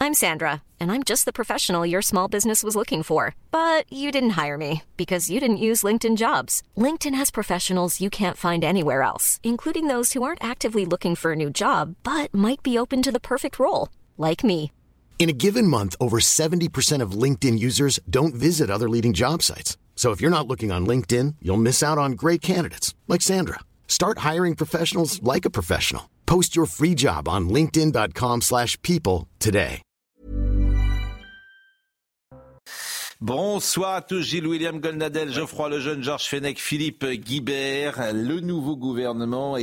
I'm Sandra, and I'm just the professional your small business was looking for. But you didn't hire me because you didn't use LinkedIn Jobs. LinkedIn has professionals you can't find anywhere else, including those who aren't actively looking for a new job, but might be open to the perfect role, like me. In a given month, over 70% of LinkedIn users don't visit other leading job sites. So if you're not looking on LinkedIn, you'll miss out on great candidates like Sandra. Start hiring professionals like a professional. Post your free job on linkedin.com/people today. Bonsoir à tous, Gilles William Goldnadel, Geoffroy Lejeune, Georges Fenech, Philippe Guibert. Le nouveau gouvernement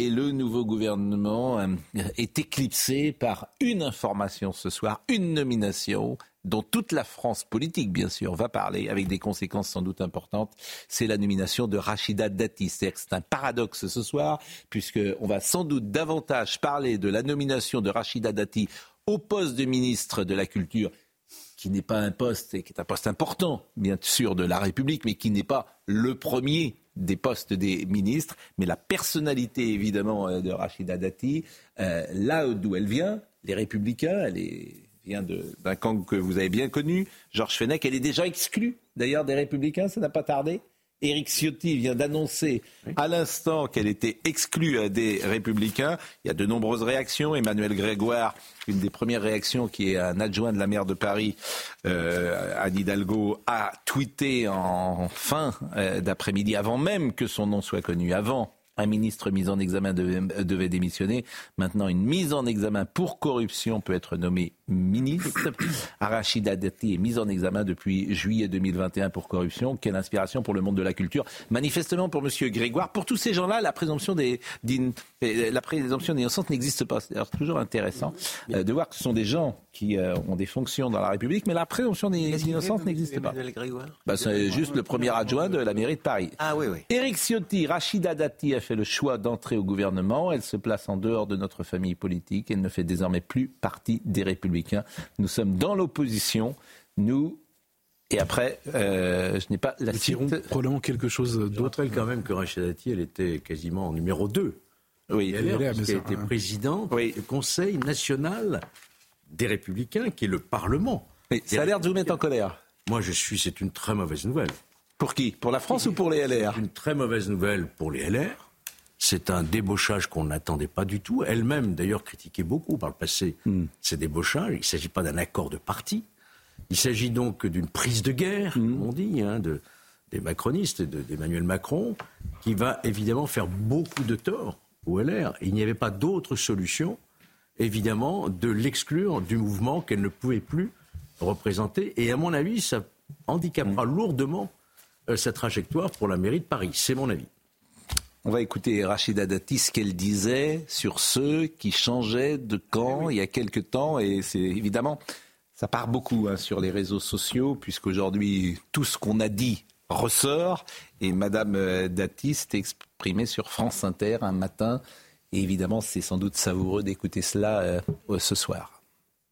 est éclipsé par une information ce soir, une nomination dont toute la France politique, bien sûr, va parler, avec des conséquences sans doute importantes. C'est la nomination de Rachida Dati. C'est un paradoxe ce soir, puisqu'on va sans doute davantage parler de la nomination de Rachida Dati au poste de ministre de la Culture, qui n'est pas un poste, et qui est un poste important, bien sûr, de la République, mais qui n'est pas le premier des postes des ministres. Mais la personnalité, évidemment, de Rachida Dati, là d'où elle vient, les Républicains, vient d'un camp que vous avez bien connu, Georges Fenech, elle est déjà exclue, d'ailleurs, des Républicains, ça n'a pas tardé. Éric Ciotti vient d'annoncer à l'instant qu'elle était exclue des Républicains. Il y a de nombreuses réactions. Emmanuel Grégoire, une des premières réactions, qui est un adjoint de la maire de Paris, Anne Hidalgo, a tweeté en fin d'après-midi, avant même que son nom soit connu, avant. Un ministre mis en examen devait démissionner. Maintenant, une mise en examen pour corruption peut être nommée ministre. Rachida Dati est mise en examen depuis juillet 2021 pour corruption. Quelle inspiration pour le monde de la culture. Manifestement, pour M. Grégoire, pour tous ces gens-là, la présomption d'innocence n'existe pas. C'est toujours intéressant de voir que ce sont des gens qui ont des fonctions dans la République, mais la présomption d'innocence n'existe pas. C'est juste le premier adjoint de la mairie de Paris. Ah oui. Éric Ciotti, Rachida Dati a fait le choix d'entrer au gouvernement. Elle se place en dehors de notre famille politique. Elle ne fait désormais plus partie des Républicains. Nous sommes dans l'opposition. Et après, je n'ai pas la suite. Probablement quelque chose d'autre. Je rappelle quand même que Rachida Dati, elle était quasiment en numéro 2. Oui, elle était présidente du Conseil national des Républicains, qui est le Parlement. Oui, ça a l'air de vous mettre en colère. Moi, c'est une très mauvaise nouvelle. Pour qui ? Pour la France ou pour les LR ? C'est une très mauvaise nouvelle pour les LR. C'est un débauchage qu'on n'attendait pas du tout. Elle-même, d'ailleurs, critiquait beaucoup par le passé ces débauchages. Il ne s'agit pas d'un accord de parti. Il s'agit donc d'une prise de guerre, comme on dit, des macronistes, d'Emmanuel Macron, qui va évidemment faire beaucoup de tort au LR. Il n'y avait pas d'autre solution, évidemment, de l'exclure du mouvement qu'elle ne pouvait plus représenter. Et à mon avis, ça handicapera lourdement sa trajectoire pour la mairie de Paris. C'est mon avis. On va écouter Rachida Dati, ce qu'elle disait sur ceux qui changeaient de camp il y a quelque temps. Et c'est évidemment, ça part beaucoup sur les réseaux sociaux, puisqu'aujourd'hui, tout ce qu'on a dit ressort. Et Madame Dati s'est exprimée sur France Inter un matin. Et évidemment, c'est sans doute savoureux d'écouter cela ce soir.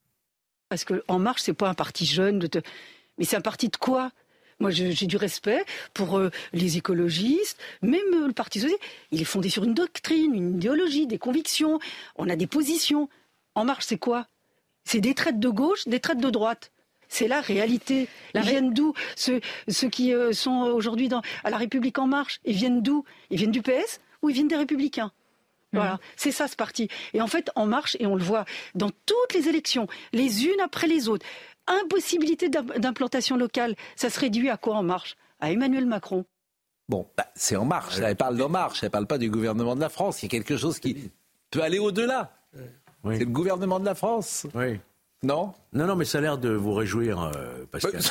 Parce qu'En Marche, c'est pas un parti jeune, mais c'est un parti de quoi ? Moi, j'ai du respect pour les écologistes, même le Parti socialiste. Il est fondé sur une doctrine, une idéologie, des convictions. On a des positions. En Marche, c'est quoi ? C'est des traites de gauche, des traites de droite. C'est la réalité. Ils viennent d'où ? Ceux qui sont aujourd'hui à la République En Marche, ils viennent d'où ? Ils viennent du PS ou ils viennent des Républicains ? Voilà, c'est ça ce parti. Et en fait, En Marche, et on le voit dans toutes les élections, les unes après les autres, impossibilité d'implantation locale, ça se réduit à quoi En Marche ? À Emmanuel Macron. Bon, c'est En Marche, elle parle d'En Marche, elle ne parle pas du gouvernement de la France. Il y a quelque chose qui peut aller au-delà. Oui. C'est le gouvernement de la France. Oui. Non, mais ça a l'air de vous réjouir, Pascal.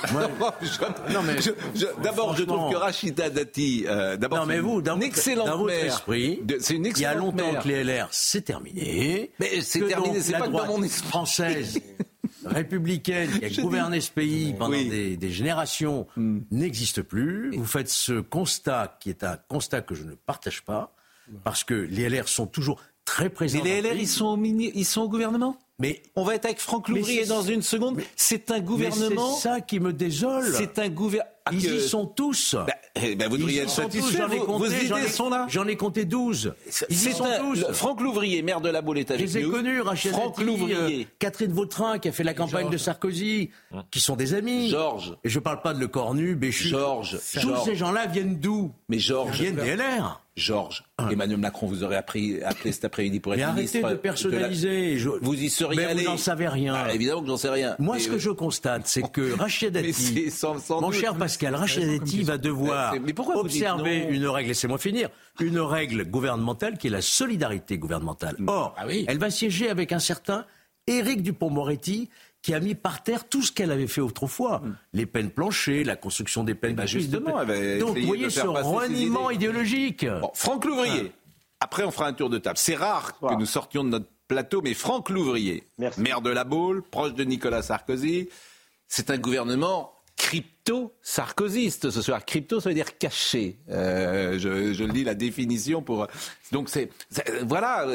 D'abord, je trouve que Rachida Dati, une excellente mère. Esprit, c'est une excellente mère. Il y a longtemps que les LR, c'est terminé. Mais c'est terminé, c'est pas dans mon esprit. Française, républicaine, qui a gouverné ce pays pendant des générations, n'existe plus. Vous faites ce constat, qui est un constat que je ne partage pas, parce que les LR sont toujours très présents. Mais les LR, ils sont au gouvernement ? Mais on va être avec Franck Louvrier dans une seconde. C'est un gouvernement. Mais c'est ça qui me désole. C'est un gouvernement. Ils y sont tous. Vous devriez être satisfait. Vos idées sont là. J'en ai compté 12. Ils y sont tous. Franck Louvrier, maire de la Baule, est avec nous. Je les ai connus, Rachida Dati, Catherine Vautrin, qui a fait la campagne de Sarkozy, qui sont des amis. Georges. Et je ne parle pas de Le Cornu, Béchu. Georges. Tous ces gens-là viennent d'où? Mais Georges. Ils viennent des LR. Georges, Emmanuel Macron vous aurait appelé cet après-midi pour être ministre. Mais arrêtez de personnaliser. Vous y seriez allé. Vous n'en savez rien. Évidemment que j'en sais rien. Moi, ce que je constate, c'est que Rachida Dati, mon cher Pascal, Rachida Dati va devoir observer une règle, laissez-moi finir, une règle gouvernementale qui est la solidarité gouvernementale. Or, elle va siéger avec un certain Éric Dupond-Moretti, qui a mis par terre tout ce qu'elle avait fait autrefois. Les peines planchées, la construction des peines. Justement, donc, vous voyez ce reniement idéologique. Bon, Franck Louvrier, après on fera un tour de table. C'est rare que nous sortions de notre plateau, mais Franck Louvrier, maire de la Baule, proche de Nicolas Sarkozy, c'est un gouvernement crypto-sarkozyste ce soir. Crypto, ça veut dire caché. Je lis la définition pour... Donc voilà,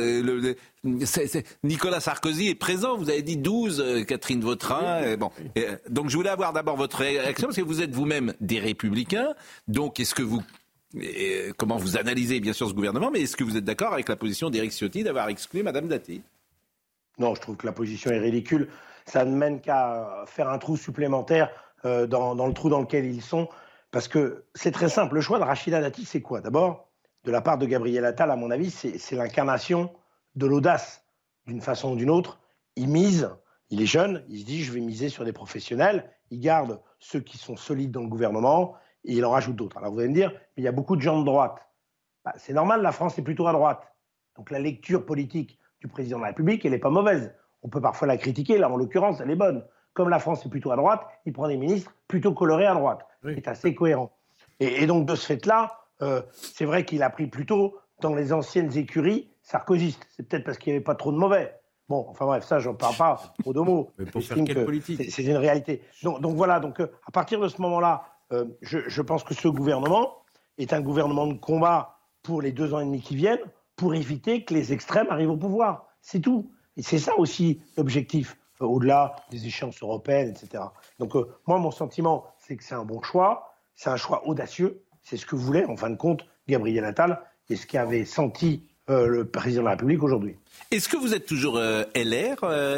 Nicolas Sarkozy est présent, vous avez dit 12, Catherine Vautrin. Donc je voulais avoir d'abord votre réaction, parce que vous êtes vous-même des Républicains. Donc est-ce que vous... comment vous analysez bien sûr ce gouvernement, mais est-ce que vous êtes d'accord avec la position d'Éric Ciotti d'avoir exclu Madame Dati? Non, je trouve que la position est ridicule. Ça ne mène qu'à faire un trou supplémentaire dans le trou dans lequel ils sont. Parce que c'est très simple. Le choix de Rachida Dati, c'est quoi? D'abord, de la part de Gabriel Attal, à mon avis, c'est l'incarnation de l'audace. D'une façon ou d'une autre, il mise, il est jeune, il se dit je vais miser sur des professionnels, il garde ceux qui sont solides dans le gouvernement et il en rajoute d'autres. Alors vous allez me dire, mais il y a beaucoup de gens de droite. C'est normal, la France est plutôt à droite. Donc la lecture politique du président de la République, elle n'est pas mauvaise. On peut parfois la critiquer, là en l'occurrence, elle est bonne. Comme la France est plutôt à droite, il prend des ministres plutôt colorés à droite. C'est assez cohérent. Et donc de ce fait-là, c'est vrai qu'il a pris plutôt dans les anciennes écuries sarkozystes. C'est peut-être parce qu'il n'y avait pas trop de mauvais. Bon, enfin bref, ça, j'en parle pas trop de mots. Mais pour faire quelle politique ? C'est une réalité. Donc voilà, à partir de ce moment-là, je pense que ce gouvernement est un gouvernement de combat pour les 2 ans et demi qui viennent, pour éviter que les extrêmes arrivent au pouvoir. C'est tout. Et c'est ça aussi l'objectif, au-delà des échéances européennes, etc. Donc moi, mon sentiment, c'est que c'est un bon choix, c'est un choix audacieux, c'est ce que voulait, en fin de compte, Gabriel Attal, et ce qu'avait senti le président de la République aujourd'hui. Est-ce que vous êtes toujours LR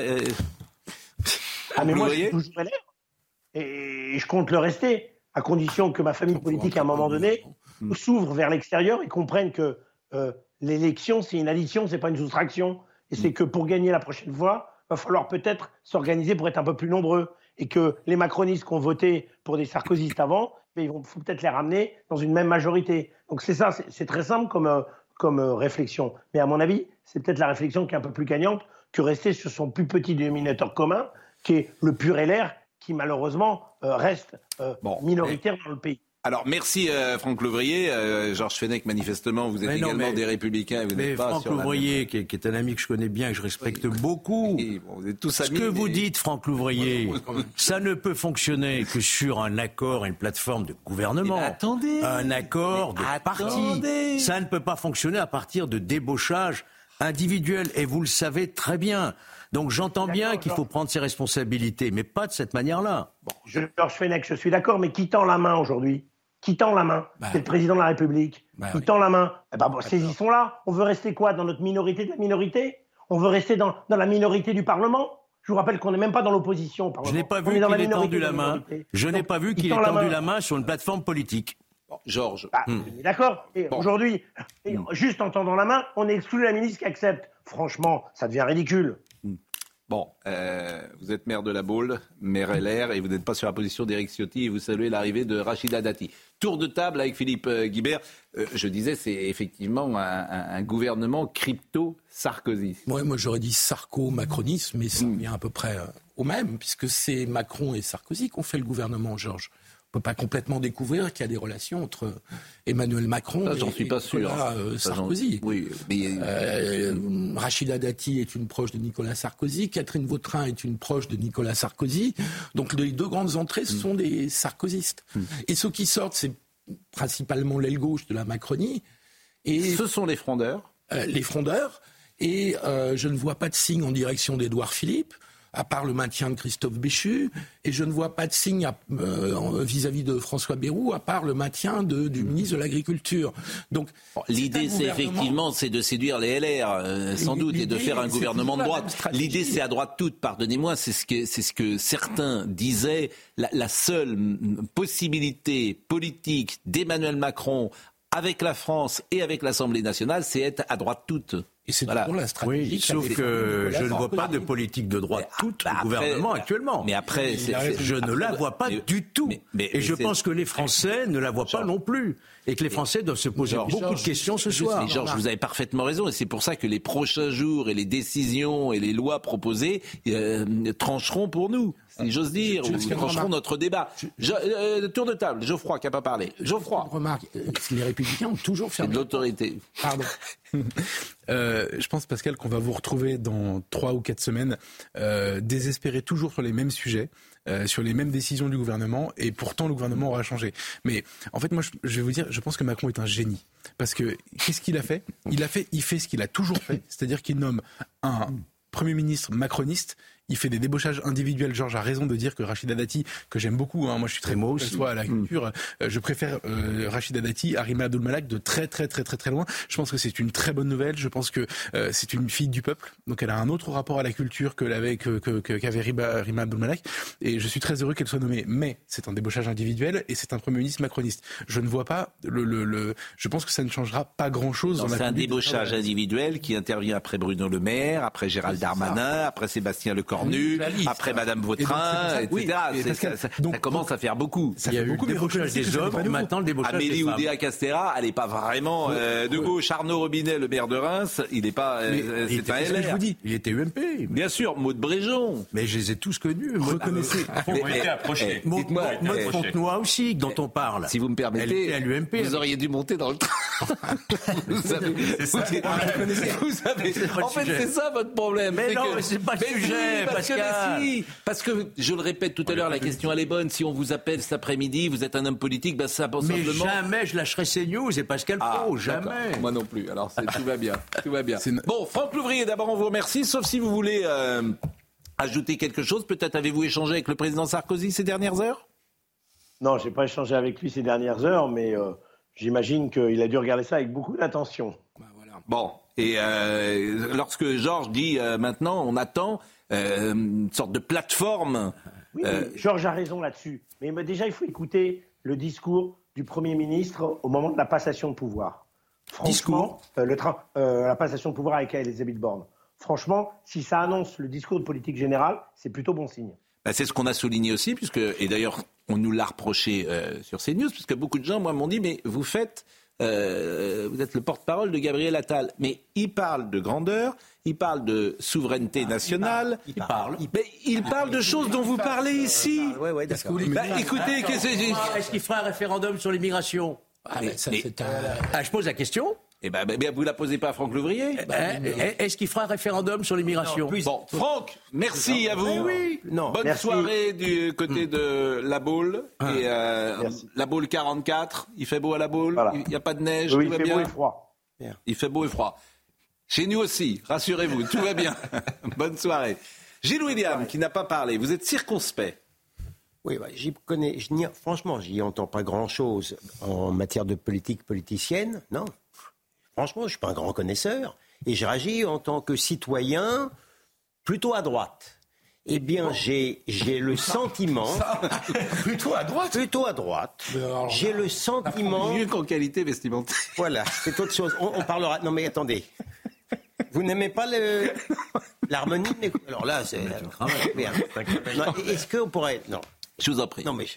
mais moi, je suis toujours LR, et je compte le rester, à condition que ma famille politique, à un moment donné, s'ouvre vers l'extérieur et comprenne que l'élection, c'est une addition, c'est pas une soustraction. Et c'est que pour gagner la prochaine fois, il va falloir peut-être s'organiser pour être un peu plus nombreux. Et que les macronistes qui ont voté pour des sarkozystes avant, il faut peut-être les ramener dans une même majorité. Donc c'est ça, c'est très simple comme réflexion. Mais à mon avis, c'est peut-être la réflexion qui est un peu plus gagnante que rester sur son plus petit dénominateur commun, qui est le pur LR, qui malheureusement reste minoritaire dans le pays. Alors, merci Franck Louvrier. Georges Fenech, manifestement, vous êtes également des Républicains. Vous n'êtes pas Franck Louvrier, qui est un ami que je connais bien, que je respecte beaucoup. Vous êtes tous amis. Ce que vous dites, Franck Louvrier, ça ne peut fonctionner que sur un accord, une plateforme de gouvernement. Un accord de parti. Ça ne peut pas fonctionner à partir de débauchages individuels. Et vous le savez très bien. Donc j'entends bien qu'il faut prendre ses responsabilités, mais pas de cette manière-là. Georges Fenech, je suis d'accord, mais qui tend la main aujourd'hui ? Qui tend la main ? C'est le président de la République. Qui tend la main ? Saisissons-la. On veut rester quoi ? Dans notre minorité de la minorité ? On veut rester dans la minorité du Parlement ? Je vous rappelle qu'on n'est même pas dans l'opposition. Je n'ai pas vu qu'il ait tendu la main. Je n'ai pas vu qu'il ait tendu la main sur une plateforme politique. Georges. D'accord. Et aujourd'hui, juste en tendant la main, on exclut la ministre qui accepte. Franchement, ça devient ridicule. Bon, vous êtes maire de la Baule, maire LR, et vous n'êtes pas sur la position d'Éric Ciotti, et vous saluez l'arrivée de Rachida Dati. Tour de table avec Philippe Guibert. Je disais, c'est effectivement un gouvernement crypto-Sarkozy. Ouais, moi j'aurais dit sarko-macronisme, mais ça vient à peu près au même, puisque c'est Macron et Sarkozy qui ont fait le gouvernement, Georges. On ne peut pas complètement découvrir qu'il y a des relations entre Emmanuel Macron et Nicolas Sarkozy. Oui, mais... Rachida Dati est une proche de Nicolas Sarkozy, Catherine Vautrin est une proche de Nicolas Sarkozy. Donc les 2 grandes entrées, ce sont des sarkozystes. Et ceux qui sortent, c'est principalement l'aile gauche de la Macronie. Et ce sont les frondeurs. Les frondeurs. Et je ne vois pas de signe en direction d'Édouard Philippe. à part le maintien de Christophe Béchu, et je ne vois pas de signe vis-à-vis de François Bayrou, à part le maintien du ministre de l'Agriculture. Donc, l'idée, c'est effectivement de séduire les LR, sans doute, et de faire un gouvernement de droite. L'idée, c'est à droite toute, pardonnez-moi, c'est ce que certains disaient. La seule possibilité politique d'Emmanuel Macron avec la France et avec l'Assemblée nationale, c'est être à droite toute. Et c'est toujours la stratégie. Oui, sauf que je ne vois pas de politique de droite toute au gouvernement actuellement. Mais après, je ne la vois pas du tout. Et je pense que les Français ne la voient pas non plus. Et que les Français doivent se poser beaucoup de questions ce soir. Georges, vous avez parfaitement raison. Et c'est pour ça que les prochains jours et les décisions et les lois proposées trancheront pour nous, si j'ose dire, ou trancheront notre débat. Tour de table, Geoffroy qui n'a pas parlé. Geoffroy. Remarque, les Républicains ont toujours fermé. C'est de l'autorité. Pardon. Je pense, Pascal, qu'on va vous retrouver dans 3 ou 4 semaines, désespérés toujours sur les mêmes sujets, sur les mêmes décisions du gouvernement, et pourtant le gouvernement aura changé. Mais en fait, moi, je vais vous dire, je pense que Macron est un génie. Parce que, qu'est-ce qu'il a fait ? Il fait ce qu'il a toujours fait, c'est-à-dire qu'il nomme un Premier ministre macroniste. Il fait des débauchages individuels. Georges a raison de dire que Rachida Dati, que j'aime beaucoup, moi je suis très beau, que ce soit à la culture, je préfère Rachida Dati à Rima Abdul-Malak de très loin. Je pense que c'est une très bonne nouvelle. Je pense que c'est une fille du peuple, donc elle a un autre rapport à la culture qu'avait Rima Abdul-Malak, et je suis très heureux qu'elle soit nommée. Mais c'est un débauchage individuel et c'est un Premier ministre macroniste. Je ne vois pas je pense que ça ne changera pas grand-chose. Non, c'est un débauchage individuel qui intervient après Bruno Le Maire, après Gérald Darmanin, après Sébastien Lecornu, après Madame Vautrin, etc. Ça commence à faire beaucoup. Il y a eu le débauchage des hommes, maintenant le débauchage des femmes. Amélie Oudéa-Castéra, elle n'est pas vraiment de gauche. Arnaud Robinet, le maire de Reims, il n'est pas... c'est un LR. Je vous dis, il était UMP. Bien sûr, Maud Bréjon. Mais je les ai tous connus. Reconnaissez. Maud Fontenoy aussi, dont on parle. Si vous me permettez, à l'UMP, vous auriez dû monter dans le train. Vous savez, en fait, c'est ça votre problème. Mais non, mais c'est pas le sujet, Pascal. Parce que, je le répète tout à l'heure, la question elle est bonne. Si on vous appelle cet après-midi, vous êtes un homme politique, ça pense simplement... Mais jamais je lâcherai CNews et Pascal Praud, jamais. Moi non plus. Alors tout va bien. Tout va bien. Bon, Franck Louvrier, d'abord on vous remercie, sauf si vous voulez ajouter quelque chose. Peut-être avez-vous échangé avec le président Sarkozy ces dernières heures ? Non, je n'ai pas échangé avec lui ces dernières heures, mais j'imagine qu'il a dû regarder ça avec beaucoup d'attention. Bon, et lorsque Georges dit maintenant, on attend une sorte de plateforme... Oui, Georges a raison là-dessus. Mais déjà, il faut écouter le discours du Premier ministre au moment de la passation de pouvoir. Franchement, la passation de pouvoir avec Elisabeth Borne. Franchement, si ça annonce le discours de politique générale, c'est plutôt bon signe. C'est ce qu'on a souligné aussi, et d'ailleurs, on nous l'a reproché sur CNews, puisque beaucoup de gens, m'ont dit, mais vous êtes le porte-parole de Gabriel Attal. Mais il parle de grandeur, il parle de souveraineté nationale, il parle de choses dont vous parlez ici. Ouais, d'accord. Écoutez, est-ce qu'il fera un référendum sur l'immigration ? Je pose la question. Vous la posez pas à Franck Louvrier. Est-ce qu'il fera un référendum sur l'immigration ? Bon, Franck, merci à vous. Bonne soirée du côté de La Baule. Et La Baule 44, il fait beau à La Baule, il n'y a pas de neige, oui, tout va bien. Il fait beau et froid. Il fait beau et froid. Chez nous aussi, rassurez-vous, tout va bien. Bonne soirée. Gilles William, qui n'a pas parlé, vous êtes circonspect. Oui, franchement, j'y entends pas grand-chose en matière de politique politicienne, non. Franchement, je ne suis pas un grand connaisseur et je réagis en tant que citoyen plutôt à droite. Eh bien, j'ai le sentiment... Plutôt à droite. J'ai le sentiment... Mieux qu'en qualité vestimentaire. Voilà, c'est autre chose. On parlera... Non mais attendez. Vous n'aimez pas l'harmonie mais... Alors là, c'est... Est-ce qu'on pourrait... Non. Je vous en prie. Non mais...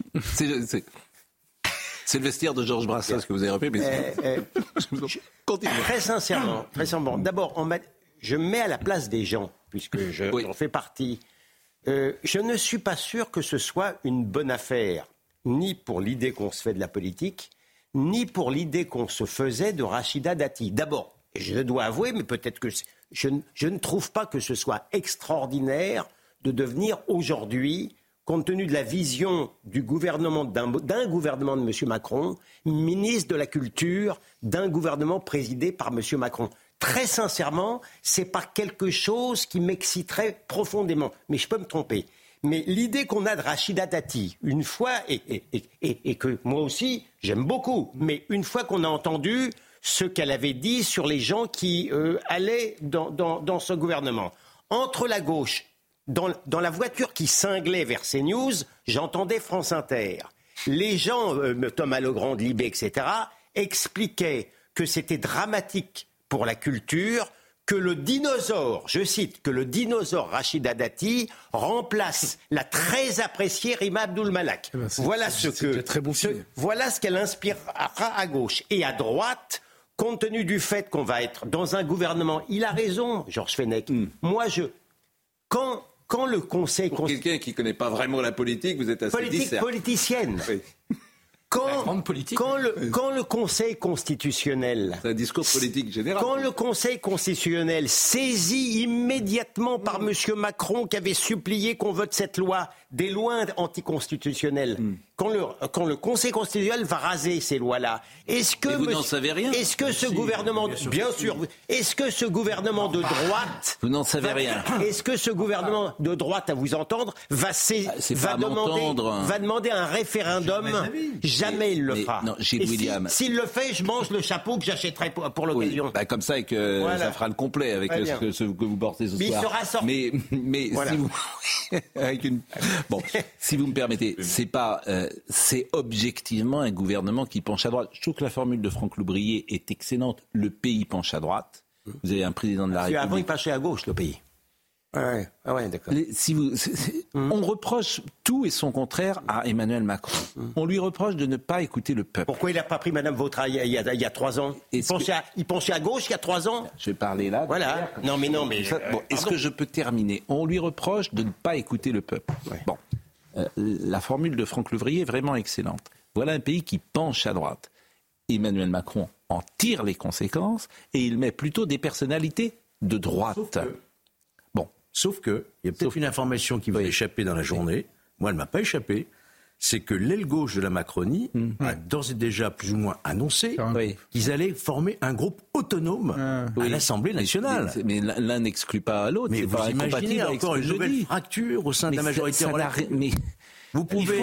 C'est le vestiaire de Georges Brassens que vous avez repris, mais continuez. Très sincèrement. D'abord, je me mets à la place des gens, puisque j'en fais partie. Je ne suis pas sûr que ce soit une bonne affaire, ni pour l'idée qu'on se fait de la politique, ni pour l'idée qu'on se faisait de Rachida Dati. D'abord, je dois avouer, mais peut-être que je ne trouve pas que ce soit extraordinaire de devenir aujourd'hui, compte tenu de la vision du gouvernement d'un gouvernement de M. Macron, ministre de la Culture d'un gouvernement présidé par M. Macron. très sincèrement, c'est pas quelque chose qui m'exciterait profondément. Mais je peux me tromper. Mais l'idée qu'on a de Rachida Dati, une fois, et que moi aussi, j'aime beaucoup, mais une fois qu'on a entendu ce qu'elle avait dit sur les gens qui allaient dans ce gouvernement, entre la gauche, dans la voiture qui cinglait vers CNews, j'entendais France Inter. Les gens, Thomas Legrand de Libé, etc., expliquaient que c'était dramatique pour la culture, que le dinosaure, je cite, que le dinosaure Rachida Dati remplace la très appréciée Rima Abdul Malak. Voilà ce qu'elle inspirera à gauche. Et à droite, compte tenu du fait qu'on va être dans un gouvernement, il a raison, Georges Fenech. Moi, quand le Conseil... Pour quelqu'un qui ne connaît pas vraiment la politique, vous êtes assez discret. Politicienne. Oui. Quand le Conseil constitutionnel... C'est un discours politique général. Quand le Conseil constitutionnel saisi immédiatement par M. Macron qui avait supplié qu'on vote cette loi, des lois anticonstitutionnelles, quand le Conseil constitutionnel va raser ces lois-là, est-ce que... Mais vous n'en savez rien. Est-ce que ce gouvernement... Bien sûr. Est-ce que ce gouvernement de droite... Vous n'en savez rien. Est-ce que ce gouvernement de droite, à vous entendre, va demander un référendum? Jamais il le fera. Non, Gilles William. S'il le fait, je mange le chapeau que j'achèterai pour l'occasion. Oui, comme ça, ça fera le complet avec ce que vous portez ce soir. Il sera sorti. Mais voilà. Si vous... Bon, si vous me permettez, c'est objectivement un gouvernement qui penche à droite. Je trouve que la formule de Franck Loubrier est excellente. Le pays penche à droite. Vous avez un président de la République. Avant, il penchait à gauche, le pays. Ouais, d'accord. On reproche tout et son contraire à Emmanuel Macron. On lui reproche de ne pas écouter le peuple. Pourquoi il n'a pas pris Mme Vautrin il y a 3 ans? Il pensait à gauche il y a 3 ans? Je vais parler là. Voilà. Non, mais... Est-ce que je peux terminer? On lui reproche de ne pas écouter le peuple. Ouais. Bon. La formule de Franck Loubrier est vraiment excellente. Voilà un pays qui penche à droite. Emmanuel Macron en tire les conséquences et il met plutôt des personnalités de droite. Sauf que, il y a peut-être une information qui va échapper dans la journée, moi elle ne m'a pas échappé, c'est que l'aile gauche de la Macronie a d'ores et déjà plus ou moins annoncé qu'ils allaient former un groupe autonome à l'Assemblée nationale. Mais l'un n'exclut pas l'autre. Mais vous imaginez encore une nouvelle fracture au sein de la majorité relative. Vous pouvez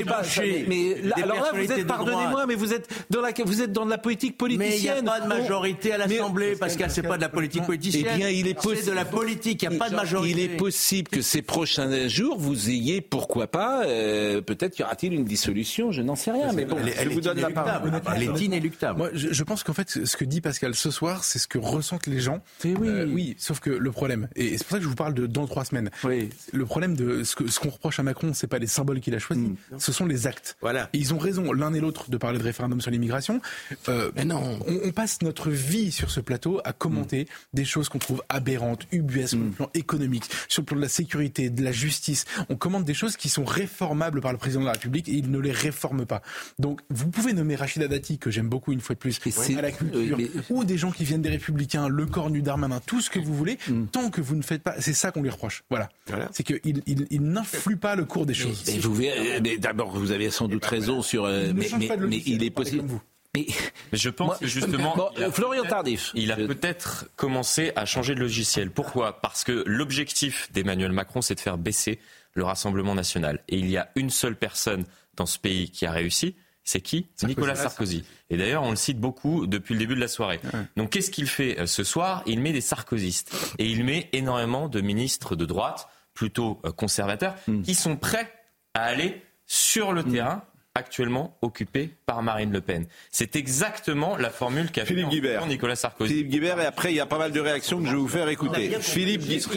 alors là, vous êtes, pardonnez-moi, mais vous êtes dans la politique politicienne. Mais il n'y a pas de majorité à l'Assemblée, Pascal, c'est pas de la politique politicienne. Eh bien, c'est de la politique, il n'y a pas de majorité. Il est possible que ces prochains jours, vous ayez, pourquoi pas, peut-être y aura-t-il une dissolution, je n'en sais rien. Mais bon, je vous donne la parole. Elle est inéluctable. Moi, je pense qu'en fait, ce que dit Pascal ce soir, c'est ce que ressentent les gens. Oui, sauf que le problème, et c'est pour ça que je vous parle de dans 3 semaines. Le problème de ce qu'on reproche à Macron, c'est pas les symboles qu'il a choisi, ce sont les actes. Voilà. Et ils ont raison, l'un et l'autre, de parler de référendum sur l'immigration. Mais non, on passe notre vie sur ce plateau à commenter des choses qu'on trouve aberrantes, ubuesques, sur le plan économique, sur le plan de la sécurité, de la justice. On commente des choses qui sont réformables par le président de la République et il ne les réforme pas. Donc, vous pouvez nommer Rachida Dati, que j'aime beaucoup une fois de plus, à la culture, ou des gens qui viennent des Républicains, Le Cornu, Darmanin, tout ce que vous voulez, tant que vous ne faites pas, c'est ça qu'on lui reproche. Voilà. C'est qu'il n'influe pas le cours des choses. Mais d'abord, vous avez sans doute raison sur... mais il est possible... Mais je pense que justement, Florian Tardif, il a peut-être commencé à changer de logiciel. Pourquoi ? Parce que l'objectif d'Emmanuel Macron, c'est de faire baisser le Rassemblement national. Et il y a une seule personne dans ce pays qui a réussi. C'est qui ? Nicolas Sarkozy. Et d'ailleurs, on le cite beaucoup depuis le début de la soirée. Donc, qu'est-ce qu'il fait ce soir ? Il met des sarkozystes. Et il met énormément de ministres de droite, plutôt conservateurs, qui sont prêts à aller sur le terrain actuellement occupé par Marine Le Pen. C'est exactement la formule qu'a fait Nicolas Sarkozy. Philippe Guibert, et après il y a pas mal de réactions que je vais vous faire écouter. Philippe Guibert.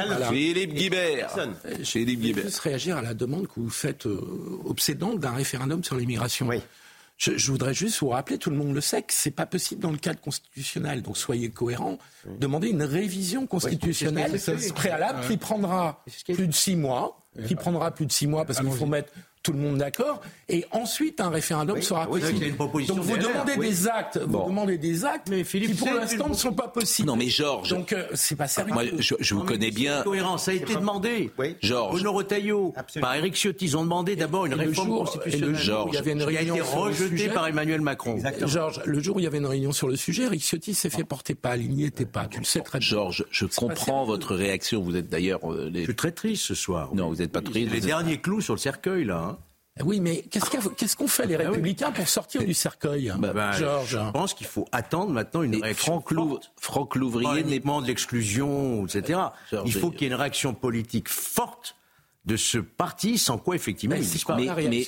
Je vais juste réagir à la demande que vous faites obsédante d'un référendum sur l'immigration. Oui. Je voudrais juste vous rappeler, tout le monde le sait, que c'est pas possible dans le cadre constitutionnel. Donc soyez cohérents. Demandez une révision constitutionnelle préalable qui prendra plus de 6 mois. Parce qu'il faut mettre tout le monde d'accord, et ensuite un référendum sera possible. Donc vous demandez des actes, mais Philippe, qui pour l'instant ne sont pas possibles. Non mais Georges, donc c'est pas sérieux. Moi, je vous connais bien. Cohérence, ça a été demandé. Georges, Bruno Retailleau, par Éric Ciotti, ils ont demandé d'abord une réforme constitutionnelle. Il y avait une réunion qui a été rejetée par Emmanuel Macron. Georges, le jour où il y avait une réunion sur le sujet, Éric Ciotti s'est fait porter pâle, il n'y était pas. Tu le sais très bien. Georges, je comprends votre réaction. Vous êtes d'ailleurs. Je suis très triste ce soir. Non, vous n'êtes pas triste. Les derniers clous sur le cercueil là. Oui, mais qu'est-ce qu'on fait les Républicains pour sortir du cercueil, Georges? Je pense qu'il faut attendre maintenant une réaction forte. Franck Louvrier n'est pas uniquement de l'exclusion, etc. Il faut qu'il y ait une réaction politique forte de ce parti, sans quoi effectivement il disparaît.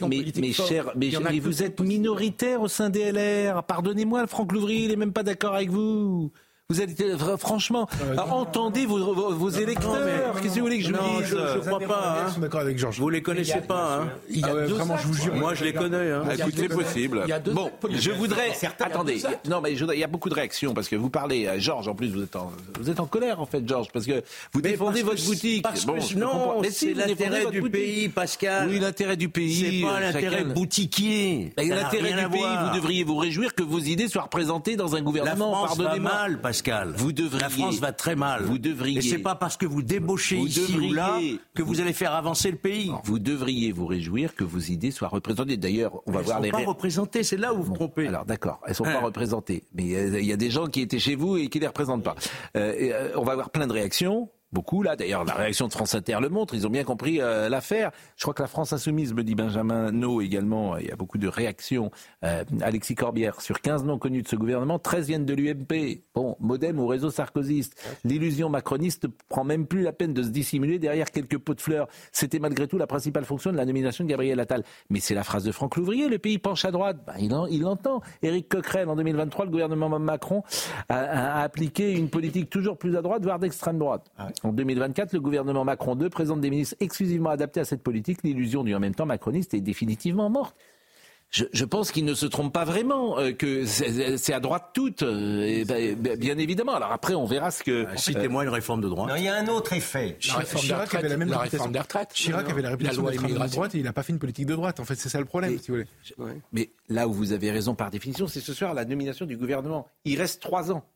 Mais vous êtes minoritaire au sein des LR. Pardonnez-moi, Franck Louvrier, il n'est même pas d'accord avec vous. Vous êtes franchement, entendez vos électeurs. Qu'est-ce que vous voulez que je vous dise? Je ne crois pas. Je suis d'accord avec Georges. Vous les connaissez pas. Vraiment, je vous jure. Moi, je les connais. Écoute, c'est possible. Bon, je voudrais. Attendez. Non, mais il y a beaucoup de réactions parce que vous parlez, Georges. En plus, vous êtes en colère en fait, Georges, parce que vous défendez votre boutique. Non, c'est l'intérêt du pays, Pascal. Oui, l'intérêt du pays. C'est pas l'intérêt boutiquier. L'intérêt du pays. Vous devriez vous réjouir que vos idées soient représentées dans un gouvernement. La France va mal, Pascal. La France va très mal. Vous devriez. Et c'est pas parce que vous débauchez ici ou là que vous allez faire avancer le pays. Vous devriez vous réjouir que vos idées soient représentées. D'ailleurs, on va voir les. Elles ne sont pas représentées. C'est là où vous vous trompez. Alors d'accord, elles sont pas représentées. Mais il y a des gens qui étaient chez vous et qui les représentent pas. On va avoir plein de réactions. Beaucoup, là. D'ailleurs, la réaction de France Inter le montre. Ils ont bien compris l'affaire. Je crois que la France Insoumise, me dit Benjamin No également. Il y a beaucoup de réactions. Alexis Corbière, sur 15 noms connus de ce gouvernement, 13 viennent de l'UMP. Bon, Modem ou réseau sarkozyste. L'illusion macroniste ne prend même plus la peine de se dissimuler derrière quelques pots de fleurs. C'était malgré tout la principale fonction de la nomination de Gabriel Attal. Mais c'est la phrase de Franck Louvrier. Le pays penche à droite. Il l'entend. Éric Coquerel, en 2023, le gouvernement Macron a appliqué une politique toujours plus à droite, voire d'extrême droite. En 2024, le gouvernement Macron 2 présente des ministres exclusivement adaptés à cette politique. L'illusion du en même temps macroniste est définitivement morte. Je pense qu'il ne se trompe pas vraiment, que c'est à droite toute, bien évidemment. Alors après, on verra ce que... Citez-moi une réforme de droite. Non, il y a un autre effet. Chirac avait la même réforme des retraites. Chirac avait la réputation d'être de droite et il n'a pas fait une politique de droite. En fait, c'est ça le problème, si vous voulez. Mais là où vous avez raison par définition, c'est ce soir la nomination du gouvernement. Il reste 3 ans.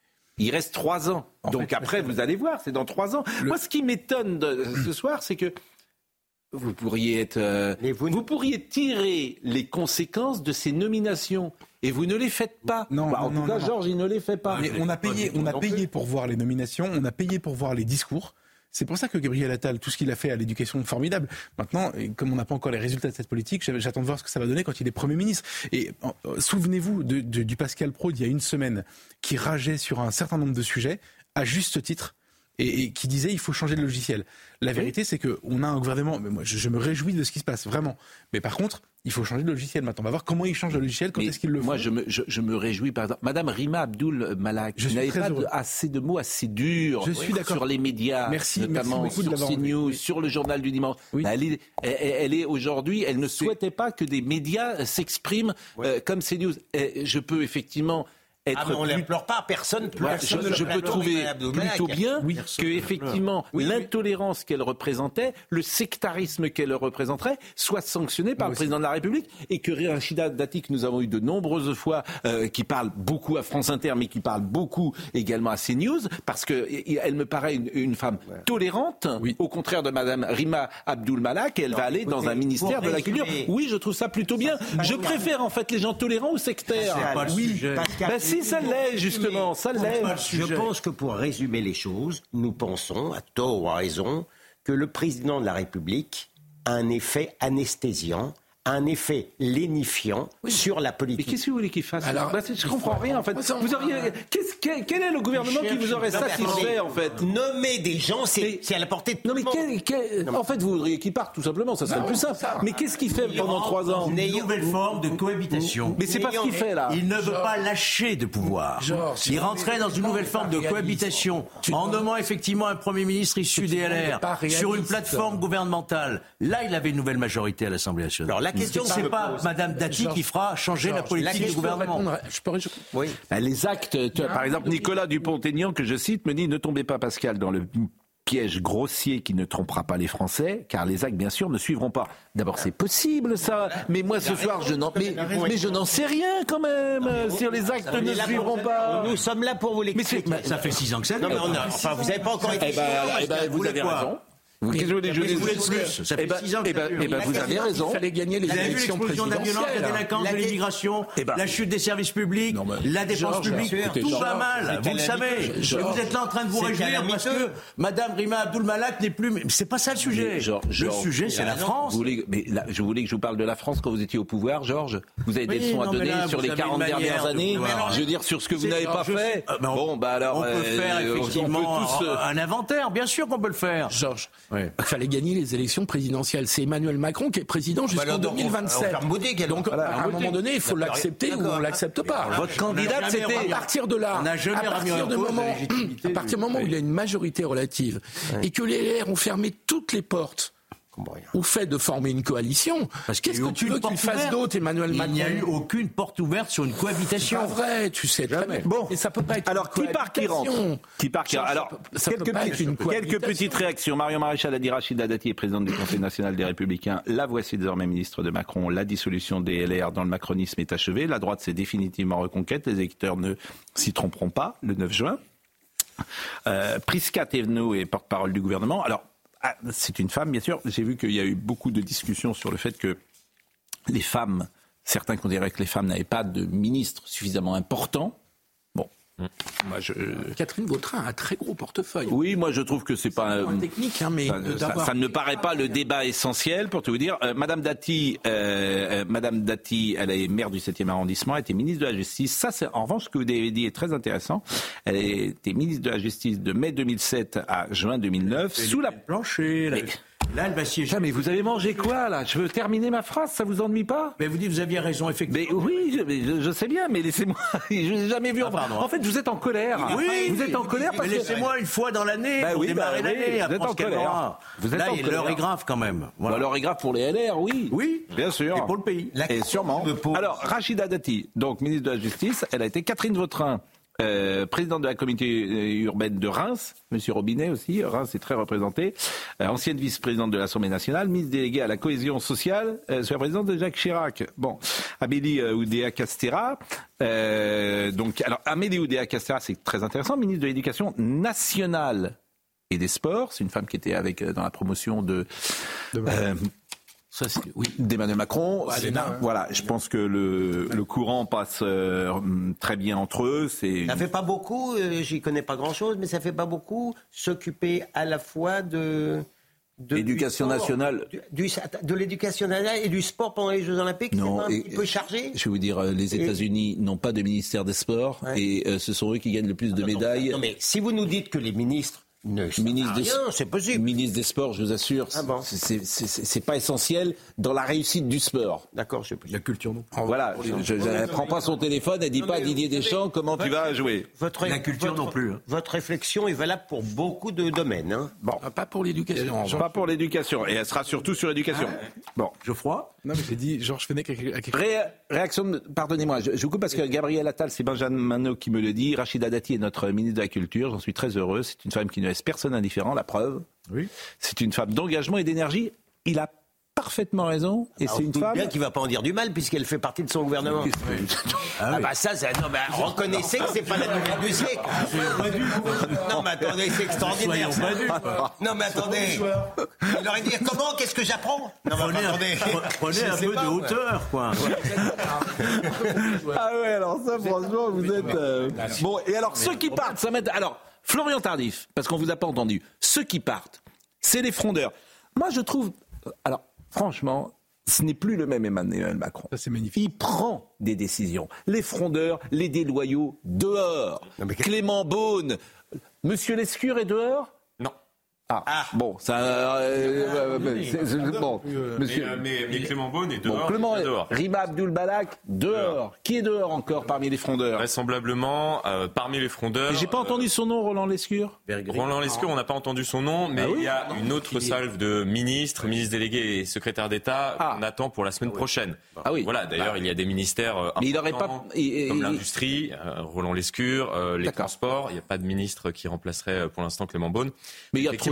Donc après, vous allez voir, c'est dans 3 ans. Moi, ce qui m'étonne ce soir, c'est que vous pourriez tirer les conséquences de ces nominations. Et vous ne les faites pas. En tout cas, Georges, il ne les fait pas. Mais on a payé pour voir les nominations, on a payé pour voir les discours. C'est pour ça que Gabriel Attal, tout ce qu'il a fait à l'éducation, formidable. Maintenant, comme on n'a pas encore les résultats de cette politique, j'attends de voir ce que ça va donner quand il est Premier ministre. Et souvenez-vous du Pascal Praud, il y a une semaine, qui rageait sur un certain nombre de sujets, à juste titre, et qui disait il faut changer de logiciel. La vérité, c'est qu'on a un gouvernement, mais moi je me réjouis de ce qui se passe, vraiment. Mais par contre, il faut changer de logiciel maintenant. On va voir comment ils changent de logiciel, quand est-ce qu'ils le font. Moi, je me réjouis, par exemple. Madame Rima Abdul Malak, je n'avais pas assez de mots assez durs sur les médias, notamment sur CNews, sur le journal du dimanche. Oui. Elle est aujourd'hui, elle ne souhaitait pas que des médias s'expriment comme CNews. Je peux effectivement... mais on ne pleure pas, personne pleure. Je peux trouver plutôt bien que effectivement l'intolérance qu'elle représentait, le sectarisme qu'elle représenterait, soit sanctionné par le président de la République, et que Rachida Dati, que nous avons eu de nombreuses fois, qui parle beaucoup à France Inter, mais qui parle beaucoup également à CNews, parce que elle me paraît une femme tolérante, au contraire de Madame Rima Abdul Malak, et elle va aller dans un ministère de la culture. Oui, je trouve ça plutôt bien. Je préfère en fait les gens tolérants aux sectaires. Si, ça l'est, justement, ça l'est. Je pense que pour résumer les choses, nous pensons, à tort ou à raison, que le président de la République a un effet anesthésiant, un effet lénifiant sur la politique. Mais qu'est-ce que vous voulez qu'il fasse? Je comprends rien, en fait. Quel est le gouvernement qui vous aurait satisfait, en fait? Nommer des gens, c'est à la portée de tout le monde. En fait, vous voudriez qu'il parte, tout simplement, ça serait plus simple. Mais qu'est-ce qu'il fait pendant 3 ans? Une nouvelle forme de cohabitation. Mais c'est pas ce qu'il fait, là. Il ne veut pas lâcher de pouvoir. Il rentrait dans une nouvelle forme de cohabitation, en nommant effectivement un Premier ministre issu des LR, sur une plateforme gouvernementale. Là, il avait une nouvelle majorité à l'Assemblée nationale. La question, c'est pas Madame Dati qui fera changer la politique du gouvernement. Les actes, par exemple, Nicolas Dupont-Aignan, que je cite, me dit « Ne tombez pas, Pascal, dans le piège grossier qui ne trompera pas les Français, car les actes, bien sûr, ne suivront pas. D'abord, c'est possible, ça. Mais moi, ce soir, je n'en sais rien, quand même, si les actes ne suivront pas. Nous sommes là pour vous l'expliquer. Ça fait 6 ans que ça. Non, mais vous n'avez pas encore été... Vous avez raison. Qu'est-ce que vous voulez plus? Ça fait 6 ans que vous avez raison. Il fallait gagner les élections l'explosion de la violence, présidentielles. la délinquance, de l'immigration, la chute des services publics, la dépense publique, tout va mal, vous le savez. Vous êtes là en train de vous réjouir parce que Madame Rima Abdul Malak n'est plus... Mais c'est pas ça le sujet. Le sujet, c'est la France. Je voulais que je vous parle de la France quand vous étiez au pouvoir, Georges. Vous avez des leçons à donner sur les 40 dernières années. Je veux dire, sur ce que vous n'avez pas fait. Bon, bah alors... On peut faire effectivement un inventaire, bien sûr qu'on peut le faire. Georges. Il fallait gagner les élections présidentielles. C'est Emmanuel Macron qui est président jusqu'en 2027. Donc, à un moment donné, il faut l'accepter ou on ne l'accepte pas. Votre candidate, c'était... À partir de là, à partir du moment où il y a une majorité relative et que les LR ont fermé toutes les portes au fait de former une coalition. Qu'est-ce que tu veux qu'il fasse d'autre, Emmanuel Macron? Il n'y a eu aucune porte ouverte sur une cohabitation. C'est pas vrai, tu sais. Bon, et ça peut pas être. Alors, qui part, qui rentre? Alors, quelques petites réactions. Marion Maréchal a dit Rachida Dati est présidente du Conseil national des Républicains. La voici désormais ministre de Macron. La dissolution des LR dans le macronisme est achevée. La droite s'est définitivement reconquête. Les électeurs ne s'y tromperont pas le 9 juin. Prisca Thévenot est porte-parole du gouvernement. Alors, c'est une femme, bien sûr. J'ai vu qu'il y a eu beaucoup de discussions sur le fait que les femmes, certains considéraient que les femmes n'avaient pas de ministre suffisamment important. Bon, moi Catherine Vautrin a un très gros portefeuille. Oui, moi je trouve que c'est pas technique, hein, mais ça ne me paraît pas le débat essentiel pour tout vous dire. Madame Dati, elle est maire du 7e arrondissement, elle était ministre de la Justice. Ça, c'est en revanche ce que vous avez dit est très intéressant. Elle était ministre de la Justice de mai 2007 à juin 2009 sous la plancher. Là, elle va siéger. Mais vous avez mangé quoi, là? Je veux terminer ma phrase, ça vous ennuie pas? Mais vous dites, vous aviez raison, effectivement. Mais oui, je sais bien, mais laissez-moi. Je n'ai jamais vu. En fait, vous êtes en colère. Oui, vous êtes en colère parce que. Laissez-moi une fois dans l'année. Démarrer l'année. Vous êtes en colère. Là, l'heure est grave quand même. Voilà. L'heure est grave pour les LR, oui. Oui, bien sûr. Et pour le pays. Et sûrement. Alors, Rachida Dati, donc ministre de la Justice, elle a été Catherine Vautrin. Présidente de la communauté urbaine de Reims, Monsieur Robinet aussi, Reims est très représenté, ancienne vice-présidente de l'Assemblée nationale, ministre déléguée à la cohésion sociale, sous la présidence de Jacques Chirac. Bon, Amélie Oudéa-Castéra, alors Amélie Oudéa-Castéra, c'est très intéressant, ministre de l'Éducation nationale et des Sports, c'est une femme qui était dans la promotion d'Emmanuel Macron. Voilà, je pense que le courant passe très bien entre eux. Ça fait pas beaucoup, j'y connais pas grand-chose, mais ça fait pas beaucoup s'occuper à la fois de l'éducation nationale, de l'éducation nationale et du sport pendant les Jeux Olympiques. Non, c'est pas un petit peu chargé. Je vais vous dire, les États-Unis n'ont pas de ministère des Sports et ce sont eux qui gagnent le plus de médailles. Non, mais si vous nous dites que les ministres c'est possible. Ministre des Sports, je vous assure, c'est pas essentiel dans la réussite du sport. D'accord, je sais pas. La culture non. Voilà, elle prend pas son téléphone, elle dit pas à Didier Deschamps comment tu vas jouer. La culture non plus. Votre réflexion est valable pour beaucoup de domaines. Hein. Bon, pas pour l'éducation. Pas pour l'éducation, et elle sera surtout sur l'éducation. Bon, Geoffroy. Non, mais j'ai dit Georges Fenech à quelque chose. Réaction, pardonnez-moi, je vous coupe parce que Gabriel Attal, c'est Benjamin Manot qui me le dit. Rachida Dati est notre ministre de la Culture, j'en suis très heureux. C'est une femme qui ne laisse personne indifférent, la preuve. Oui. C'est une femme d'engagement et d'énergie. Il a parfaitement raison. Et c'est une femme. Bien qu'il ne va pas en dire du mal puisqu'elle fait partie de son gouvernement. Reconnaissez que c'est pas la nouvelle du siècle. Non mais attendez, c'est extraordinaire. Ça. Non mais attendez. Il aurait dit comment? Qu'est-ce que j'apprends? Prenez un peu de hauteur, quoi. Ah ouais, alors ça, franchement, vous êtes. Bon, et alors ceux qui partent, ça m'aide. Alors, Florian Tardif, parce qu'on vous a pas entendu. Ceux qui partent, c'est les frondeurs. Moi, je trouve. Alors, franchement, ce n'est plus le même Emmanuel Macron. Ça, c'est magnifique. Il prend des décisions. Les frondeurs, les déloyaux, dehors. Clément Beaune. Monsieur Lescure est dehors? Non. Bon, ça. Bon, monsieur. Mais Clément Beaune est dehors. Dehors. Rima Abdul Malak, dehors. Qui est dehors encore parmi les frondeurs? Vraisemblablement, parmi les frondeurs. Et j'ai pas entendu son nom, Roland Lescure. Roland Lescure, on n'a pas entendu son nom, mais il y a une autre salve de ministres délégués et secrétaires d'État qu'on attend pour la semaine prochaine. Voilà, d'ailleurs, il y a des ministères importants, comme l'industrie, Roland Lescure, les transports. Il n'y a pas de ministre qui remplacerait pour l'instant Clément Beaune. Mais il y a trop de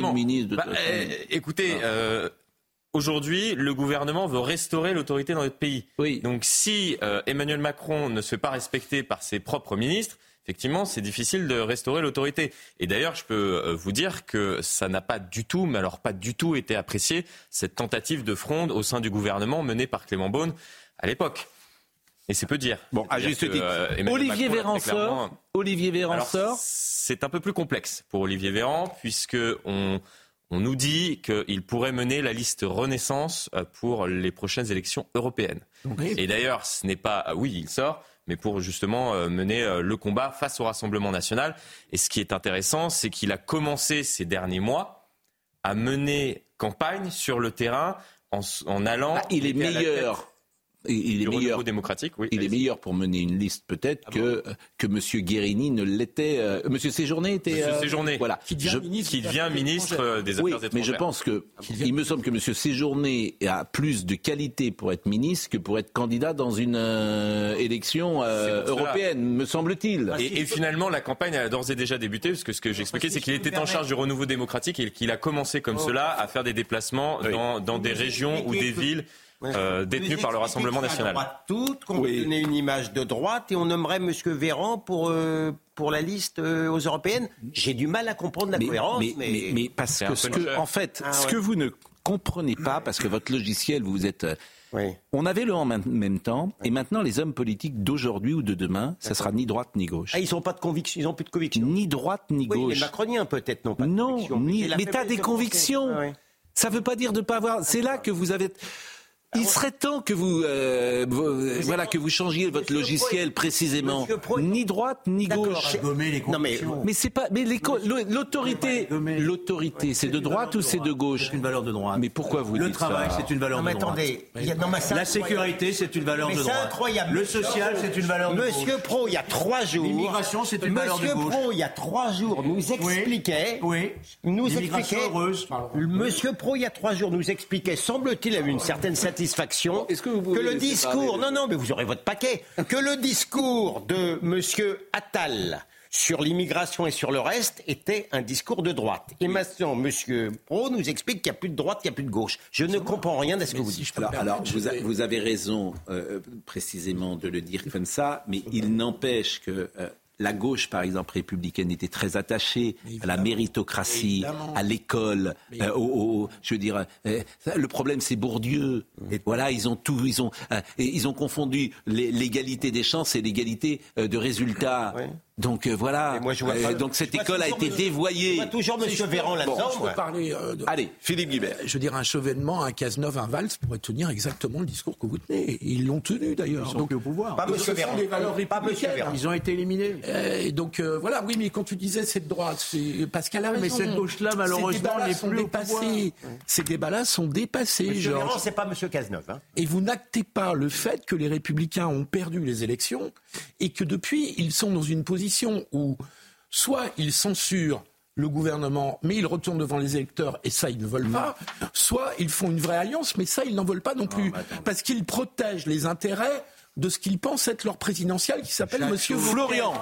un ministre de... Écoutez, aujourd'hui, le gouvernement veut restaurer l'autorité dans notre pays. Oui. Donc si Emmanuel Macron ne se fait pas respecter par ses propres ministres, effectivement, c'est difficile de restaurer l'autorité. Et d'ailleurs, je peux vous dire que ça n'a pas du tout, mais alors pas du tout été apprécié, cette tentative de fronde au sein du gouvernement menée par Clément Beaune à l'époque. Et c'est peu dire. Bon, à juste titre. Olivier Véran sort. Olivier Véran sort. C'est un peu plus complexe pour Olivier Véran, puisque on nous dit qu'il pourrait mener la liste Renaissance pour les prochaines élections européennes. Oui. Et d'ailleurs, ce n'est pas... Oui, il sort, mais pour justement mener le combat face au Rassemblement national. Et ce qui est intéressant, c'est qu'il a commencé ces derniers mois à mener campagne sur le terrain en allant... il est meilleur. Il est meilleur démocratique, oui. Il est meilleur pour mener une liste peut-être que M. Guérini ne l'était. M. Séjourné était. M. Séjourné, voilà, qui devient ministre des Affaires étrangères. Mais je pense il me semble que M. Séjourné a plus de qualité pour être ministre que pour être candidat dans une élection européenne, me semble-t-il. Et finalement, la campagne a d'ores et déjà débuté, parce que ce que j'expliquais, c'est qu'il était en charge du renouveau démocratique et qu'il a commencé comme cela à faire des déplacements dans des régions ou des villes. Détenu par le Rassemblement national. Qu'on veut donner une image de droite et on nommerait M. Véran pour la liste aux européennes. J'ai du mal à comprendre la cohérence. Mais parce que, ce que vous ne comprenez pas, parce que votre logiciel, vous êtes... On avait le en même temps, et maintenant les hommes politiques d'aujourd'hui ou de demain, ça sera ni droite ni gauche. Ils n'ont pas de conviction, ils n'ont plus de conviction. Ni droite ni gauche. Les macroniens peut-être n'ont pas de conviction. Mais tu as des convictions. Ça ne veut pas dire de ne pas avoir... C'est là que vous avez... Il serait temps que que vous changiez votre logiciel précisément. Ni droite ni gauche. Mais c'est pas. Mais l'autorité, c'est de droite ou c'est de gauche? C'est une valeur de droite. Mais pourquoi vous dites ça? Le travail, c'est une valeur de droite. La sécurité, c'est une valeur de droite. C'est incroyable. Le social, c'est une valeur de gauche. Monsieur Pro, il y a 3 jours. L'immigration, c'est une valeur de gauche. Monsieur Pro, il y a 3 jours, nous expliquait. Monsieur Pro, il y a 3 jours, nous expliquait, semble-t-il, avec une certaine satisfaction, que le discours, mais vous aurez votre paquet, que le discours de Monsieur Attal sur l'immigration et sur le reste était un discours de droite. Et maintenant, Monsieur Pro nous explique qu'il n'y a plus de droite, qu'il n'y a plus de gauche. Je ne comprends rien de ce que vous dites. Alors vous avez raison précisément de le dire comme ça, mais il n'empêche que... La gauche, par exemple, républicaine, était très attachée à la méritocratie, à l'école, je veux dire, le problème c'est Bourdieu. Voilà, ils ont confondu l'égalité des chances et l'égalité de résultats. Donc voilà, donc cette école a été dévoyée. Je vois toujours M. Véran là-dedans. Je peux parler Allez, Philippe Guibert. Je veux dire, un Chevènement, un Cazeneuve, un Valls pourraient tenir exactement le discours que vous tenez. Ils l'ont tenu d'ailleurs. Ils sont plus au pouvoir. Pas M. Véran. Ils ont été éliminés. Et donc voilà, oui, mais quand tu disais cette droite, c'est Pascal a raison. Mais cette gauche-là, malheureusement, n'est plus au pouvoir. Ces débats-là sont dépassés. M. Véran, c'est pas M. Cazeneuve. Et vous n'actez pas le fait que les Républicains ont perdu les élections et que depuis, ils sont dans une position où soit ils censurent le gouvernement, mais ils retournent devant les électeurs, et ça, ils ne veulent pas, soit ils font une vraie alliance, mais ça, ils n'en veulent pas non plus, parce qu'ils protègent les intérêts de ce qu'ils pensent être leur présidentiel, qui s'appelle Monsieur Florian,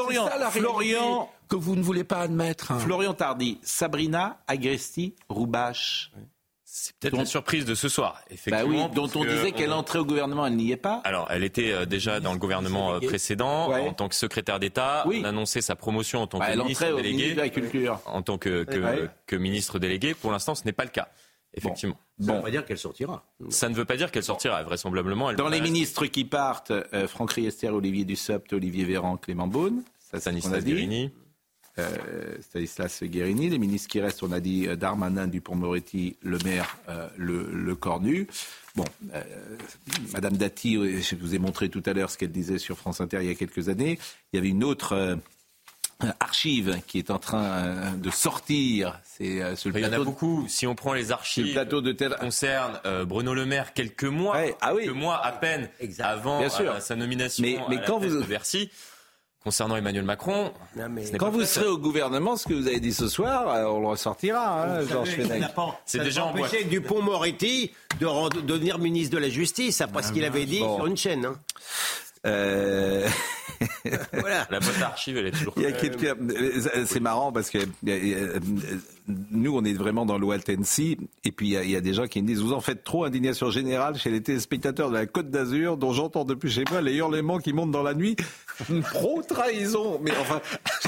que vous ne voulez pas admettre. Florian Tardy, Sabrina Agresti-Roubache. C'est peut-être la surprise de ce soir, effectivement. Dont on disait qu'elle entrait au gouvernement, elle n'y est pas. Alors, elle était déjà dans le gouvernement précédent, en tant que secrétaire d'État. On annonçait sa promotion en tant que ministre délégué. En tant que ministre délégué. Pour l'instant, ce n'est pas le cas, effectivement. Ça ne veut pas dire qu'elle sortira. Ça ne veut pas dire qu'elle sortira, vraisemblablement. Dans les ministres qui partent, Franck Riester, Olivier Dussopt, Olivier Véran, Clément Beaune. Stanislas Guérini. Stanislas Guérini, les ministres qui restent, on a dit Darmanin, Dupond-Moretti, Le Maire, le Cornu. Bon, Madame Dati, je vous ai montré tout à l'heure ce qu'elle disait sur France Inter il y a quelques années. Il y avait une autre archive qui est en train de sortir. Il y en a beaucoup. Si on prend les archives qui concernent Bruno Le Maire quelques mois à peine avant sa nomination à la tête de Bercy. Concernant Emmanuel Macron, quand vous serez au gouvernement, ce que vous avez dit ce soir, on le ressortira, Georges Fenech. C'est déjà empêché Dupond-Moretti de devenir ministre de la Justice après ce qu'il avait dit sur une chaîne. Voilà. La boîte à archives, elle est toujours. Il y a quelqu'un. C'est marrant parce que nous, on est vraiment dans le wait and see. Et puis il y a des gens qui me disent: vous en faites trop, indignation générale chez les téléspectateurs de la Côte d'Azur, dont j'entends depuis chez moi les hurlements qui montent dans la nuit. Pro-trahison. Mais enfin,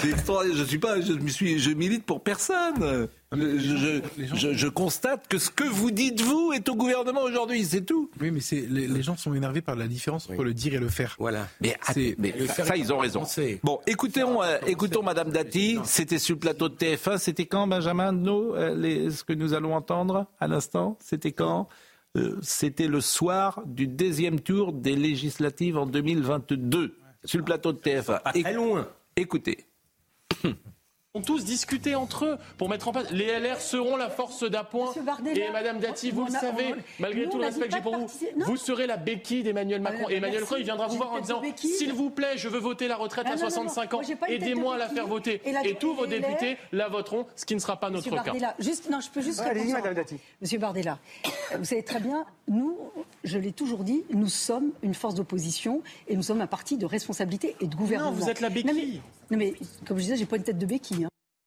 je milite pour personne. Je constate que ce que vous dites, vous, est au gouvernement aujourd'hui, c'est tout. Oui, mais les gens sont énervés par la différence entre le dire et le faire. Voilà. Mais ça, ils ont raison. Bon, écoutons Madame Dati. C'était sur le plateau de TF1. C'était quand, Benjamin, ce que nous allons entendre à l'instant? C'était quand? C'était le soir du deuxième tour des législatives en 2022. Sur le plateau de TF1. Pas très loin. Écoutez. Ont tous discuté entre eux pour mettre en place. Les LR seront la force d'appoint. Et Madame Dati, vous le savez, malgré tout le respect que j'ai pour vous, vous serez la béquille d'Emmanuel Macron. Et Emmanuel Macron, il viendra vous voir en disant: s'il vous plaît, je veux voter la retraite à 65 ans, aidez-moi à la faire voter. Et tous vos députés la voteront, ce qui ne sera pas notre cas. Je peux juste répondre. Madame Dati. Monsieur Bardella, vous savez très bien, nous, je l'ai toujours dit, nous sommes une force d'opposition et nous sommes un parti de responsabilité et de gouvernement. Non, vous êtes la béquille. Non mais comme je disais, j'ai pas une tête de béquille.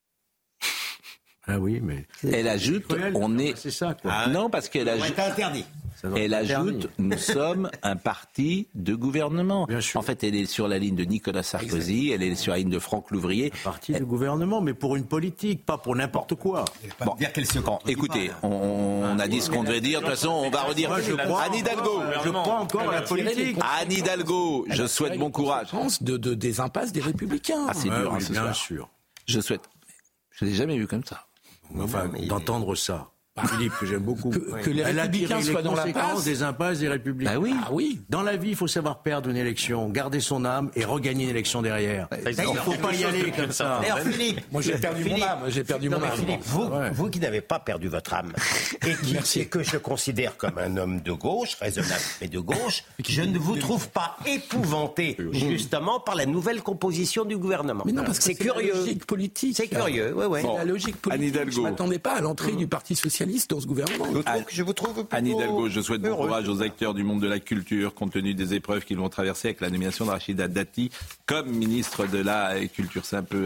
Ah oui, mais... Elle ajoute, C'est ça, quoi. Non, parce qu'elle ajoute... interdit. Elle ajoute, nous sommes un parti de gouvernement. Bien sûr. En fait, elle est sur la ligne de Nicolas Sarkozy, elle est sur la ligne de Franck Louvrier. Un parti de gouvernement, mais pour une politique, pas pour n'importe quoi. Bon, écoutez, on a dit ce qu'on devait dire. De toute façon, on va redire. Anne Hidalgo, Je crois encore à la politique. Anne Hidalgo, je souhaite bon courage. Des impasses des Républicains. Ah, c'est dur, oui, ce bien soir. sûr. Je ne l'ai jamais vu comme ça. Enfin, d'entendre ça. Philippe, que j'aime beaucoup. Que les Républicains soient dans la passe. Des impasses des Républicains. Bah oui. Ah oui. Dans la vie, il faut savoir perdre une élection, garder son âme et regagner une élection derrière. Il ne faut pas y aller comme ça. D'ailleurs, Philippe. Moi, j'ai perdu mon âme. Philippe, vous qui n'avez pas perdu votre âme et que je considère comme un homme de gauche, raisonnable mais de gauche, je ne vous trouve pas épouvanté justement par la nouvelle composition du gouvernement. Mais non, parce que c'est curieux. La logique politique. C'est curieux, oui. C'est la logique politique. Je ne m'attendais pas à l'entrée du Parti socialiste dans ce gouvernement. Je vous trouve Anne Hidalgo, je souhaite bon courage aux acteurs du monde de la culture, compte tenu des épreuves qu'ils vont traverser avec la nomination de Rachida Dati comme ministre de la Culture. C'est un peu...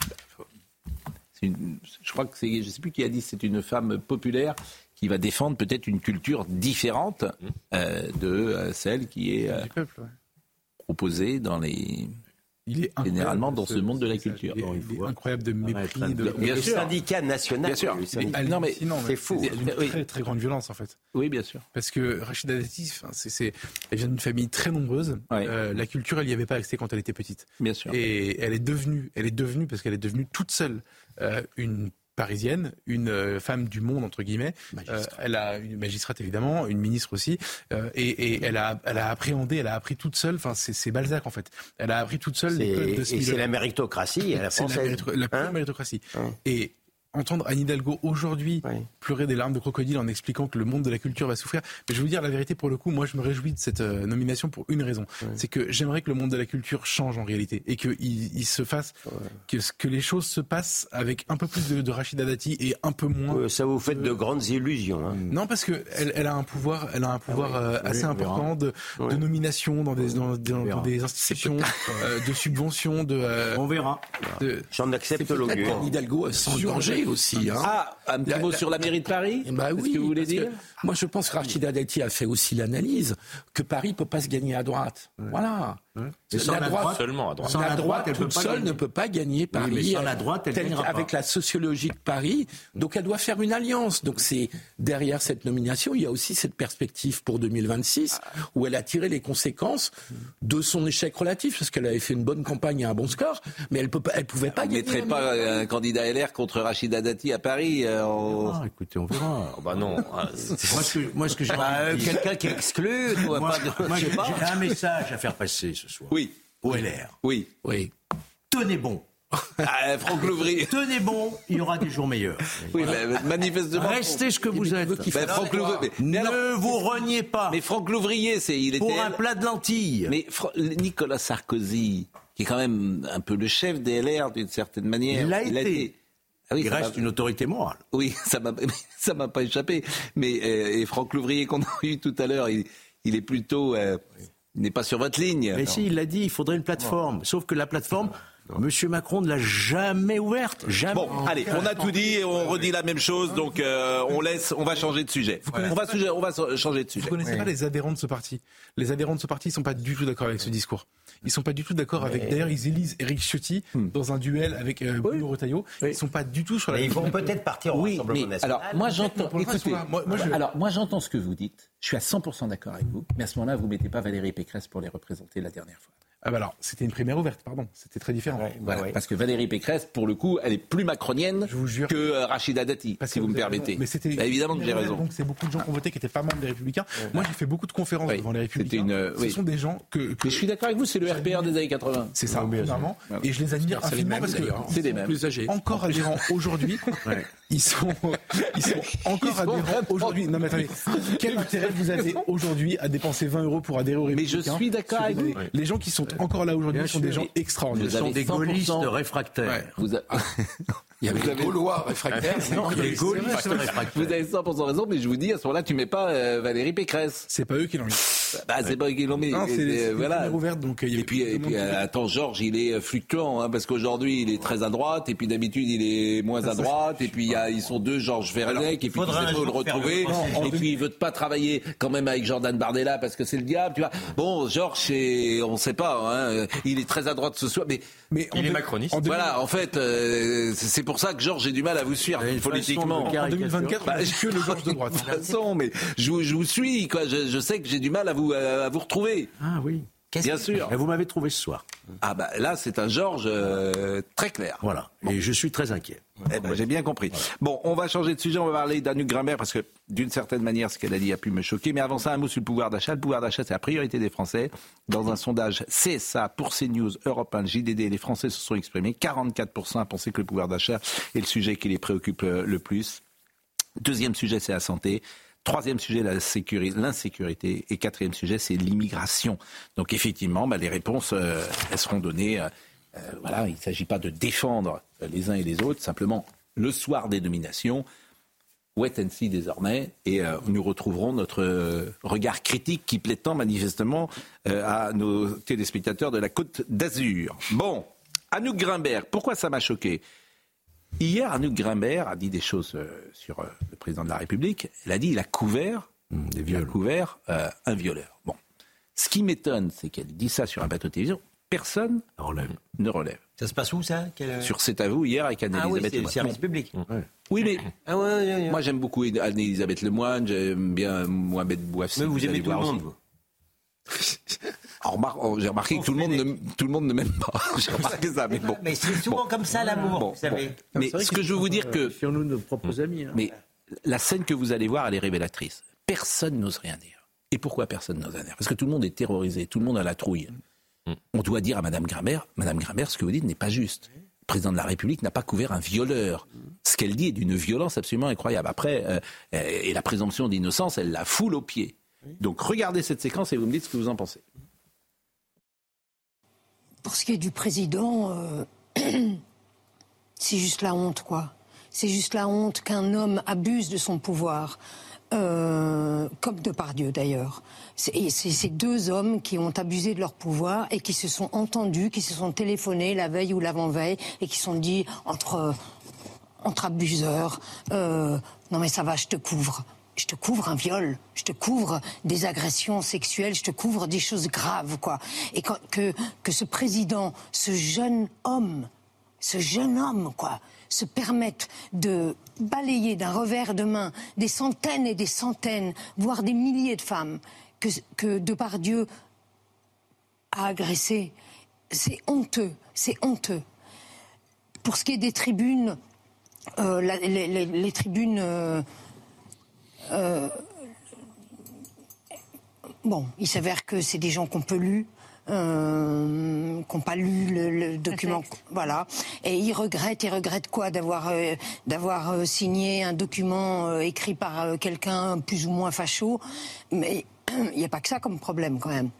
je crois que c'est... Je ne sais plus qui a dit, c'est une femme populaire qui va défendre peut-être une culture différente de celle qui est proposée dans les... généralement dans ce monde de la culture. Il est incroyable de mépris. Bien le sûr. syndicat national. Bien sûr. Non, mais c'est fou. C'est une très, très grande violence, en fait. Oui, bien sûr. Parce que Rachida Dati, elle vient d'une famille très nombreuse. Ouais. La culture, elle n'y avait pas accès quand elle était petite. Bien sûr. Et elle est devenue, parce qu'elle est devenue toute seule une Parisienne, une femme du monde entre guillemets. Elle a une magistrate évidemment, une ministre aussi, et elle a appréhendé, elle a appris toute seule. Enfin, c'est Balzac en fait. Elle a appris toute seule. C'est la méritocratie, la française. La pure méritocratie. Et entendre Anne Hidalgo aujourd'hui pleurer des larmes de crocodile en expliquant que le monde de la culture va souffrir. Mais je vais vous dire la vérité, pour le coup, moi je me réjouis de cette nomination pour une raison. C'est que j'aimerais que le monde de la culture change en réalité et qu'il se fasse, que les choses se passent avec un peu plus de Rachida Dati et un peu moins. Ça vous fait de grandes illusions. Hein. Non, parce que elle a un pouvoir, assez important de nomination dans des institutions, de subventions, on verra. J'en accepte l'augure. Anne Hidalgo sans danger aussi. Hein. Ah, un petit mot sur la mairie de Paris. Bah oui, ce que vous voulez dire? Moi, je pense que Rachida Dati a fait aussi l'analyse que Paris ne peut pas se gagner à droite. Voilà. La droite, seulement à droite. La droite toute seule ne peut pas gagner Paris. Oui, mais sans la droite, elle gagnera pas. Avec la sociologie de Paris. Donc, elle doit faire une alliance. Donc, c'est derrière cette nomination, il y a aussi cette perspective pour 2026 où elle a tiré les conséquences de son échec relatif, parce qu'elle avait fait une bonne campagne et un bon score, mais elle pouvait pas gagner. Vous ne mettrez pas un candidat LR contre Rachida Dati à Paris Écoutez, on verra. Bah non. Moi, ce que j'ai quelqu'un qui est exclu, j'ai un message à faire passer ce soir. Oui. Au LR. Oui. Tenez bon. Franck Louvrier. Tenez bon, il y aura des jours meilleurs. Oui, mais manifestement. Restez ce que vous êtes. Franck Louvrier. Ne vous reniez pas. Mais Franck Louvrier, il était. Pour un plat de lentilles. Mais Nicolas Sarkozy, qui est quand même un peu le chef des LR d'une certaine manière. Il l'a été. Ah oui, il reste une autorité morale. Oui, ça m'a pas échappé. Mais et Franck Louvrier qu'on a eu tout à l'heure, il est plutôt n'est pas sur votre ligne. Mais si, il l'a dit, il faudrait une plateforme. Sauf que la plateforme, Monsieur Macron ne l'a jamais ouverte. Jamais. Bon, allez, on a tout dit et on redit la même chose, donc on va changer de sujet. On va changer de sujet. Vous connaissez pas les adhérents de ce parti. Les adhérents de ce parti, ils sont pas du tout d'accord avec ce discours. Ils sont pas du tout d'accord avec. D'ailleurs, ils élisent Éric Ciotti dans un duel avec Bruno Retailleau. Ils sont pas du tout sur la. Mais ils vont peut-être partir au Rassemblement national. Alors, moi j'entends. Écoutez, moi j'entends ce que vous dites. Je suis à 100% d'accord avec vous. Mais à ce moment-là, vous mettez pas Valérie Pécresse pour les représenter la dernière fois. Ah bah alors, c'était une primaire ouverte, pardon. C'était très différent. Parce que Valérie Pécresse, pour le coup, elle est plus macronienne que Rachida Dati, si vous me permettez. Mais c'était évidemment que j'ai raison. Donc c'est beaucoup de gens qui ont voté qui n'étaient pas membres des Républicains. Moi, j'ai fait beaucoup de conférences devant les Républicains. Ce sont des gens que... Mais je suis d'accord avec vous, c'est le RPR des années 80. C'est ça, vraiment. Et je les admire infiniment parce que c'est les mêmes. Plus âgés. Encore adhérents aujourd'hui. Ils sont encore adhérents aujourd'hui. Non mais attendez, quel intérêt vous avez aujourd'hui à dépenser 20 € pour adhérer aux Républicains? Mais je suis d'accord avec vous. Les gens qui sont encore là aujourd'hui sont des gens extraordinaires. Ce sont des gaullistes réfractaires. Il y avait des Gaulois réfractaires. Non, il y a des gaullistes réfractaires. Vous avez 100% raison, mais je vous dis, à ce moment-là, tu mets pas Valérie Pécresse. C'est pas eux qui l'ont mis. C'est pas eux qui l'ont mis. Non, c'est voilà. Ouverte, donc, et puis attends, Georges, il est fluctuant, parce qu'aujourd'hui, il est très à droite, et puis d'habitude, il est moins à droite, et puis ils sont deux, Georges Vernet, et puis il faut le retrouver, et puis il veut pas travailler quand même avec Jordan Bardella, parce que c'est le diable, tu vois. Bon, Georges, on sait pas, il est très à droite ce soir, mais il est macroniste. Voilà, en fait, c'est pour ça que Georges, j'ai du mal à vous suivre politiquement. En 2024, que le Georges de droite. De toute façon, mais je vous suis, quoi. Je sais que j'ai du mal à vous retrouver. Ah oui. Bien sûr. Et vous m'avez trouvé ce soir. Ah bah là, c'est un Georges très clair. Voilà. Bon. Et je suis très inquiet. J'ai bien compris. Ouais. Bon, on va changer de sujet. On va parler d'Anouk Grimbert parce que d'une certaine manière, ce qu'elle a dit a pu me choquer. Mais avant ça, un mot sur le pouvoir d'achat. Le pouvoir d'achat, c'est la priorité des Français. Dans un sondage CSA pour CNews, Europe 1, JDD, les Français se sont exprimés. 44% à penser que le pouvoir d'achat est le sujet qui les préoccupe le plus. Deuxième sujet, c'est la santé. Troisième sujet, l'insécurité. Et quatrième sujet, c'est l'immigration. Donc effectivement, les réponses, elles seront données. Voilà, il ne s'agit pas de défendre les uns et les autres. Simplement, le soir des nominations, wait and see désormais. Et nous retrouverons notre regard critique qui plaît tant manifestement à nos téléspectateurs de la Côte d'Azur. Bon, Anouk Grimbert, pourquoi ça m'a choqué ? Hier, Anouk Grimbert a dit des choses sur le président de la République. Elle a dit qu'il a couvert un violeur. Bon, ce qui m'étonne, c'est qu'elle dit ça sur un plateau de télévision. Personne ne relève. Ça se passe où, ça Sur C'est à vous, hier, avec Anne-Elisabeth Lemoine. C'est le service public. Ouais. Oui, mais moi, j'aime beaucoup Anne-Elisabeth Lemoine, j'aime bien Mohamed Bouafsi. Mais vous aimez tout le monde, vous. J'ai remarqué que tout le monde ne m'aime pas. J'ai remarqué ça, mais bon. Mais c'est souvent comme ça, l'amour, vous savez. Mais ce que je veux vous dire que... Sur nous, nos propres amis. Mais la scène que vous allez voir, elle est révélatrice. Personne n'ose rien dire. Et pourquoi personne n'ose rien dire ? Parce que tout le monde est terrorisé, tout le monde a la trouille. On doit dire à Madame Grimbert, ce que vous dites n'est pas juste. Le président de la République n'a pas couvert un violeur. Ce qu'elle dit est d'une violence absolument incroyable. Après, et la présomption d'innocence, elle la foule aux pieds. Donc regardez cette séquence et vous me dites ce que vous en pensez. Pour ce qui est du président, c'est juste la honte, quoi. C'est juste la honte qu'un homme abuse de son pouvoir, comme Depardieu d'ailleurs. C'est ces deux hommes qui ont abusé de leur pouvoir et qui se sont entendus, qui se sont téléphonés la veille ou l'avant-veille et qui se sont dit entre abuseurs, non mais ça va, je te couvre. Je te couvre un viol, je te couvre des agressions sexuelles, je te couvre des choses graves, quoi. Et que ce président, ce jeune homme, quoi, se permette de balayer d'un revers de main des centaines et des centaines, voire des milliers de femmes que Depardieu a agressées, c'est honteux, c'est honteux. Pour ce qui est des tribunes, les tribunes... bon, il s'avère que c'est des gens qui n'ont pas lu, le document, voilà. Et ils regrettent quoi d'avoir signé un document écrit par quelqu'un plus ou moins facho. Mais il n'y a pas que ça comme problème quand même.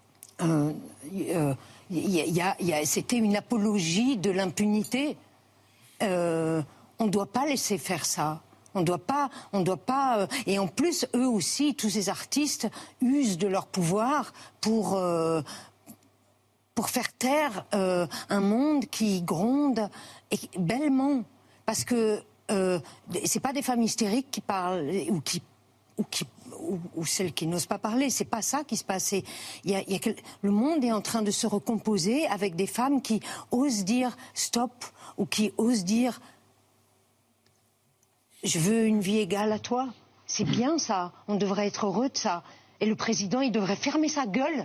C'était une apologie de l'impunité. On ne doit pas laisser faire ça. On doit pas. Et en plus, eux aussi, tous ces artistes usent de leur pouvoir pour faire taire un monde qui gronde et bellement, parce que c'est pas des femmes hystériques qui parlent ou celles qui n'osent pas parler. C'est pas ça qui se passe. Le monde est en train de se recomposer avec des femmes qui osent dire stop ou qui osent dire je veux une vie égale à toi. C'est bien ça. On devrait être heureux de ça. Et le président, il devrait fermer sa gueule.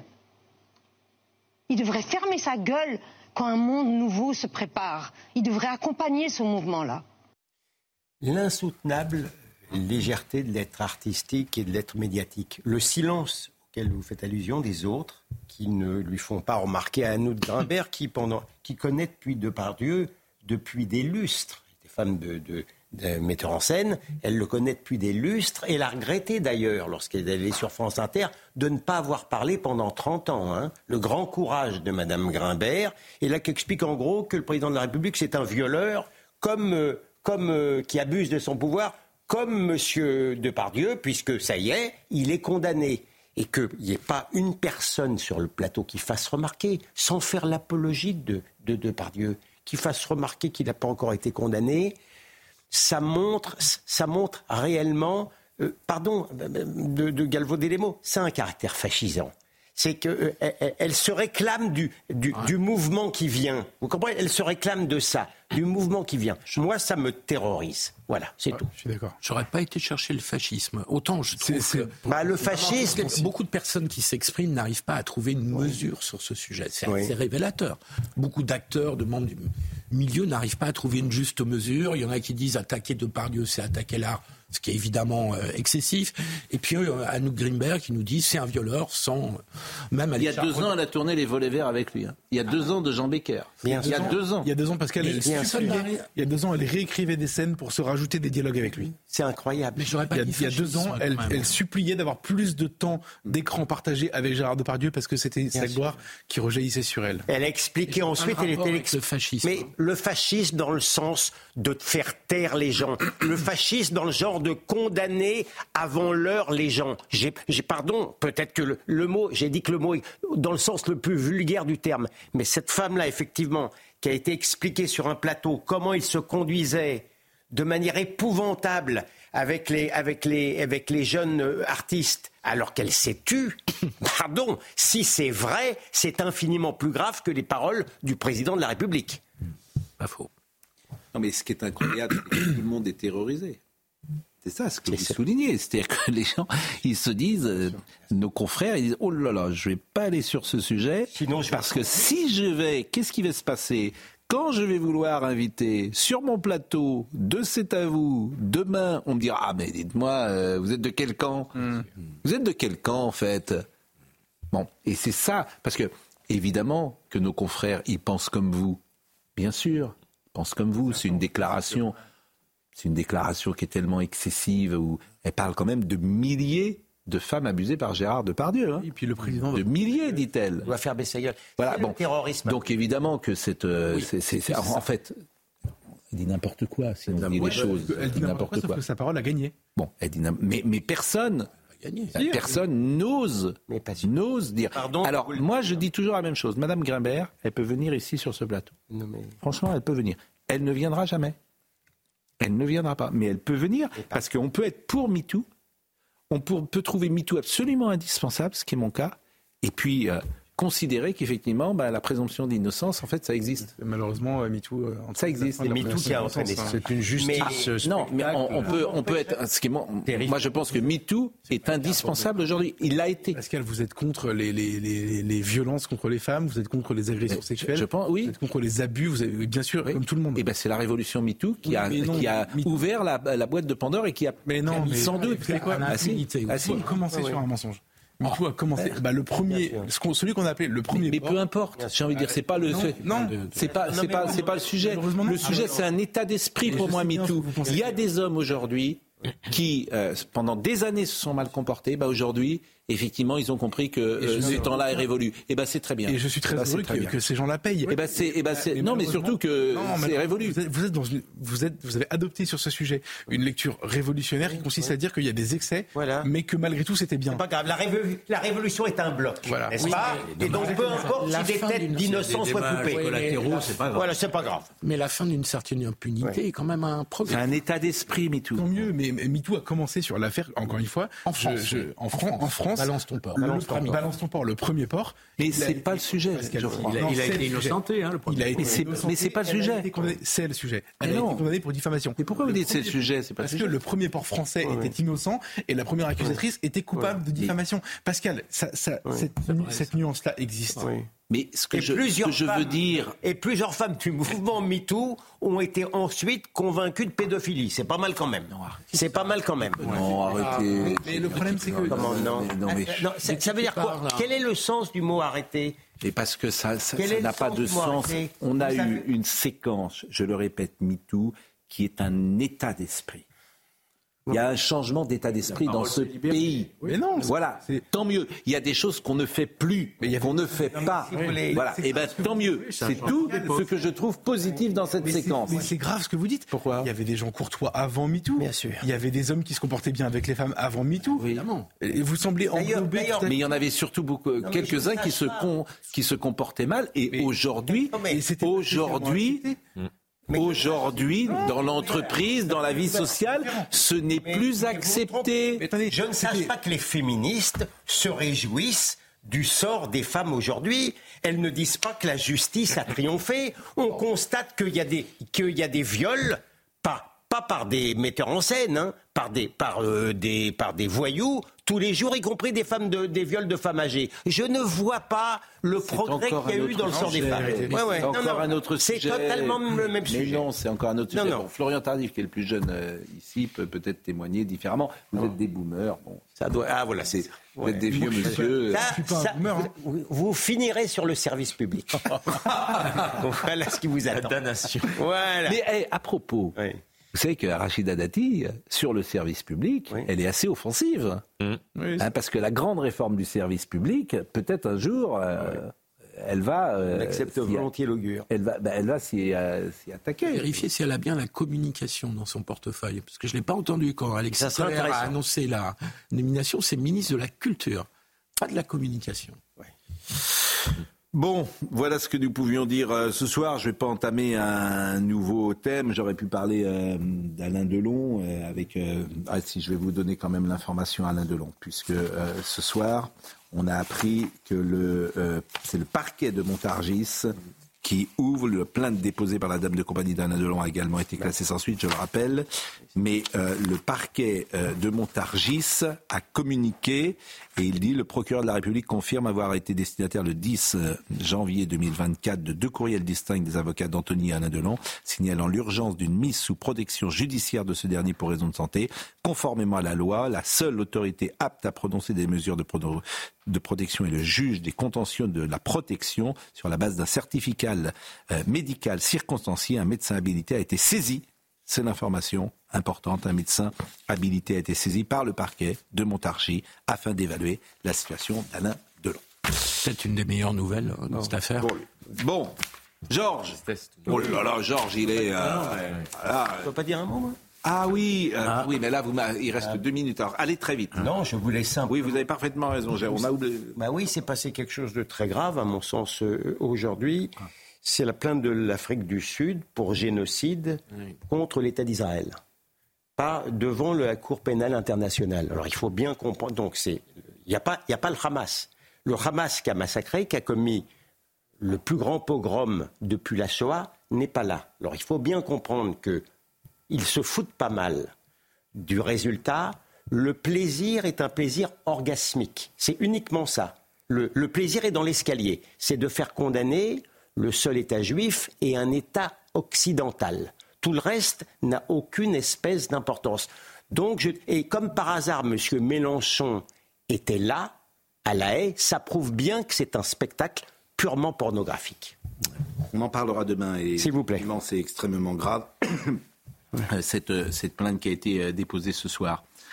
Il devrait fermer sa gueule quand un monde nouveau se prépare. Il devrait accompagner ce mouvement-là. L'insoutenable légèreté de l'être artistique et de l'être médiatique. Le silence auquel vous faites allusion des autres, qui ne lui font pas remarquer à Anouk Grimbert, qui connaît Depardieu depuis des lustres. Des femmes de metteur en scène, elle le connaît depuis des lustres, et elle a regretté d'ailleurs, lorsqu'elle est allée sur France Inter, de ne pas avoir parlé pendant 30 ans. Hein. Le grand courage de Madame Grimbert, et là qui explique en gros que le président de la République c'est un violeur, comme qui abuse de son pouvoir, comme M. Depardieu, puisque ça y est, il est condamné. Et qu'il n'y ait pas une personne sur le plateau qui fasse remarquer, sans faire l'apologie de Depardieu, qui fasse remarquer qu'il n'a pas encore été condamné. Ça montre réellement, pardon de galvauder les mots, c'est un caractère fascisant. C'est qu'elle se réclame du mouvement qui vient. Vous comprenez ? Elle se réclame de ça, du mouvement qui vient. Moi, ça me terrorise. Voilà, c'est tout. Je suis d'accord. J'aurais pas été chercher le fascisme. Autant je trouve que... le fascisme... Beaucoup de personnes qui s'expriment n'arrivent pas à trouver une mesure sur ce sujet. C'est révélateur. Beaucoup d'acteurs, de membres du milieu n'arrivent pas à trouver une juste mesure. Il y en a qui disent attaquer Depardieu, c'est attaquer l'art, ce qui est évidemment excessif. Et puis Anouk Grimbert qui nous dit c'est un violeur sans même aller. Il y a 2 ans, elle a tourné Les Volets Verts avec lui. Hein. Il y a 2 ans de Jean Becker. Il y a 2 ans. Il y a 2 ans, Pascal, il y a 2 ans, elle réécrivait des scènes pour se rajouter des dialogues avec lui. C'est incroyable. Mais il y a 2 ans, elle suppliait d'avoir plus de temps d'écran partagé avec Gérard Depardieu parce que c'était sa gloire qui rejaillissait sur elle. Elle a expliqué ensuite, elle était le fascisme. Mais le fascisme dans le sens de faire taire les gens. Le fascisme dans le genre de condamner avant l'heure les gens. Pardon, peut-être que le mot, j'ai dit que le mot est dans le sens le plus vulgaire du terme. Mais cette femme-là, effectivement, qui a été expliquée sur un plateau, comment il se conduisait de manière épouvantable avec les jeunes artistes, alors qu'elle s'est tue, pardon, si c'est vrai, c'est infiniment plus grave que les paroles du président de la République. Pas faux. Non, mais ce qui est incroyable, c'est que tout le monde est terrorisé. C'est ça ce que vous soulignez. C'est-à-dire que les gens, ils se disent, nos confrères, ils disent, oh là là, je vais pas aller sur ce sujet, parce que si je vais, qu'est-ce qui va se passer ? Quand je vais vouloir inviter sur mon plateau de C'est à vous, demain, on me dira, ah mais dites-moi, vous êtes de quel camp ? Vous êtes de quel camp en fait ? Bon, et c'est ça, parce que évidemment que nos confrères, ils pensent comme vous. Bien sûr, ils pensent comme vous. C'est une déclaration qui est tellement excessive, où elle parle quand même de milliers de femmes abusées par Gérard Depardieu. Hein. Et puis le président de milliers, dit-elle. On va faire baisser la gueule. Voilà, le terrorisme. Donc évidemment que en fait, elle dit n'importe quoi si on dit les choses. Elle dit n'importe quoi. Sauf que sa parole a gagné. Bon, elle dit mais personne. Personne n'ose dire. Pardon, alors, moi, je dis toujours la même chose. Madame Grimbert, elle peut venir ici sur ce plateau. Franchement, elle peut venir. Elle ne viendra jamais. Elle ne viendra pas. Mais elle peut venir parce qu'on peut être pour MeToo. On peut trouver MeToo absolument indispensable, ce qui est mon cas. Et puis, considérer qu'effectivement, la présomption d'innocence, en fait, ça existe. Malheureusement, MeToo... ça existe. C'est MeToo qui a entraîné ça. C'est une justice... non, mais on peut être... Moi, je pense que MeToo est indispensable aujourd'hui. Il l'a été. Pascal, vous êtes contre les violences contre les femmes, vous êtes contre les agressions sexuelles, je pense, oui. Vous êtes contre les abus, vous avez, bien sûr, comme tout le monde. Et c'est la révolution MeToo qui a ouvert la boîte de Pandore et qui a... Mais non, mais sans doute. C'est quoi commencer sur un mensonge. MeToo a commencé. Le premier, celui qu'on a appelé le premier. Mais peu importe. J'ai envie de dire, c'est pas le. C'est pas le sujet. Le sujet, c'est un état d'esprit pour moi. MeToo. Il y a des hommes aujourd'hui qui, pendant des années, se sont mal comportés. Aujourd'hui, effectivement, ils ont compris que ce temps-là est révolu. Et c'est très bien. Et je suis très heureux que ces gens la payent. Non, mais surtout que c'est révolu. Vous avez adopté sur ce sujet une lecture révolutionnaire qui consiste à dire qu'il y a des excès, mais que malgré tout c'était bien. C'est pas grave. La révolution est un bloc, n'est-ce pas? Et donc peu importe si des têtes d'innocents soient coupées. Collatéraux, c'est pas grave. Voilà, c'est pas grave. Mais la fin d'une certaine impunité est quand même un progrès. C'est un état d'esprit, MeToo. Tant mieux, mais MeToo a commencé sur l'affaire, encore une fois, en France. Balance ton port. Balance ton port, le premier port. Mais c'est pas le sujet, je crois. Il a été innocenté, le premier. Mais c'est pas le sujet. C'est le sujet. Elle a été condamnée pour diffamation. Mais pourquoi vous dites c'est le sujet? Parce que le premier port français était innocent et la première accusatrice était coupable de diffamation. Pascal, cette nuance-là existe. Mais ce que je veux dire... Et plusieurs femmes du mouvement MeToo ont été ensuite convaincues de pédophilie. C'est pas mal quand même. C'est pas mal quand même. Non, arrêtez. Mais le problème, c'est que... Ça veut dire quoi? Quel est le sens du mot arrêter? Et parce que ça n'a pas de sens. On a eu une séquence, je le répète, MeToo, qui est un état d'esprit. Il y a un changement d'état d'esprit dans ce pays. Mais non, voilà, tant mieux. Il y a des choses qu'on ne fait plus, qu'on ne fait pas. Voilà, et tant mieux. C'est tout ce que je trouve positif dans cette séquence. Mais c'est grave ce que vous dites. Pourquoi? Il y avait des gens courtois avant MeToo. Bien sûr. Il y avait des hommes qui se comportaient bien avec les femmes avant MeToo. Évidemment. Et vous semblez englober. Mais il y en avait surtout quelques-uns qui se comportaient mal. Et aujourd'hui, dans l'entreprise, dans la vie sociale, ce n'est plus accepté. Je ne sache pas que les féministes se réjouissent du sort des femmes aujourd'hui. Elles ne disent pas que la justice a triomphé. On constate qu'il y a des viols, pas par des metteurs en scène, par des voyous, tous les jours, y compris des viols de femmes âgées. Je ne vois pas le progrès qu'il y a eu dans le sort des femmes. C'est encore un autre sujet. C'est totalement le même sujet. Mais non, c'est encore un autre sujet. Bon, Florian Tardif, qui est le plus jeune ici, peut peut-être témoigner différemment. Vous êtes des boomers. Bon, ça doit. Ah voilà, vous êtes des vieux monsieur. Vous finirez sur le service public. Voilà ce qui vous attend. La damnation. Voilà. Mais à propos. Oui. Vous savez que Rachida Dati, sur le service public, elle est assez offensive. Parce que la grande réforme du service public, peut-être un jour, elle va... Elle accepte volontiers l'augure. Elle va s'y attaquer. Vérifier si elle a bien la communication dans son portefeuille. Parce que je ne l'ai pas entendu quand Alexis Sarr a annoncé la nomination. C'est ministre de la Culture, pas de la communication. Bon, voilà ce que nous pouvions dire ce soir. Je ne vais pas entamer un nouveau thème. J'aurais pu parler d'Alain Delon avec... si je vais vous donner quand même l'information Alain Delon, puisque ce soir, on a appris que c'est le parquet de Montargis qui ouvre le plainte déposée par la dame de compagnie d'Alain Delon a également été classée sans suite, je le rappelle. Mais le parquet de Montargis a communiqué et il dit le procureur de la République confirme avoir été destinataire le 10 janvier 2024 de 2 courriels distincts des avocats d'Anthony et Alain Delon signalant l'urgence d'une mise sous protection judiciaire de ce dernier pour raison de santé. Conformément à la loi, la seule autorité apte à prononcer des mesures de protection est le juge des contentieux de la protection sur la base d'un certificat médical circonstancié. Un médecin habilité a été saisi. C'est l'information importante. Un médecin habilité a été saisi par le parquet de Montargis afin d'évaluer la situation d'Alain Delon. C'est une des meilleures nouvelles dans cette affaire. Bon. Georges. Oh là là, Georges, il est... Je peux pas dire un mot, moi ? Ah oui, oui, mais là, il reste 2 minutes. Alors, allez très vite. Non, je voulais simplement... Oui, vous avez parfaitement raison, Jérôme. Oui, c'est passé quelque chose de très grave, à mon sens, aujourd'hui. C'est la plainte de l'Afrique du Sud pour génocide contre l'État d'Israël. Pas devant la Cour pénale internationale. Alors, il faut bien comprendre... Donc, il n'y a pas le Hamas. Le Hamas qui a massacré, qui a commis le plus grand pogrom depuis la Shoah, n'est pas là. Alors, il faut bien comprendre que ils se foutent pas mal du résultat. Le plaisir est un plaisir orgasmique. C'est uniquement ça. Le plaisir est dans l'escalier. C'est de faire condamner le seul État juif et un État occidental. Tout le reste n'a aucune espèce d'importance. Donc, et comme par hasard, M. Mélenchon était là, à La Haye, ça prouve bien que c'est un spectacle purement pornographique. On en parlera demain. Et s'il vous plaît. C'est extrêmement grave. Cette plainte qui a été déposée ce soir.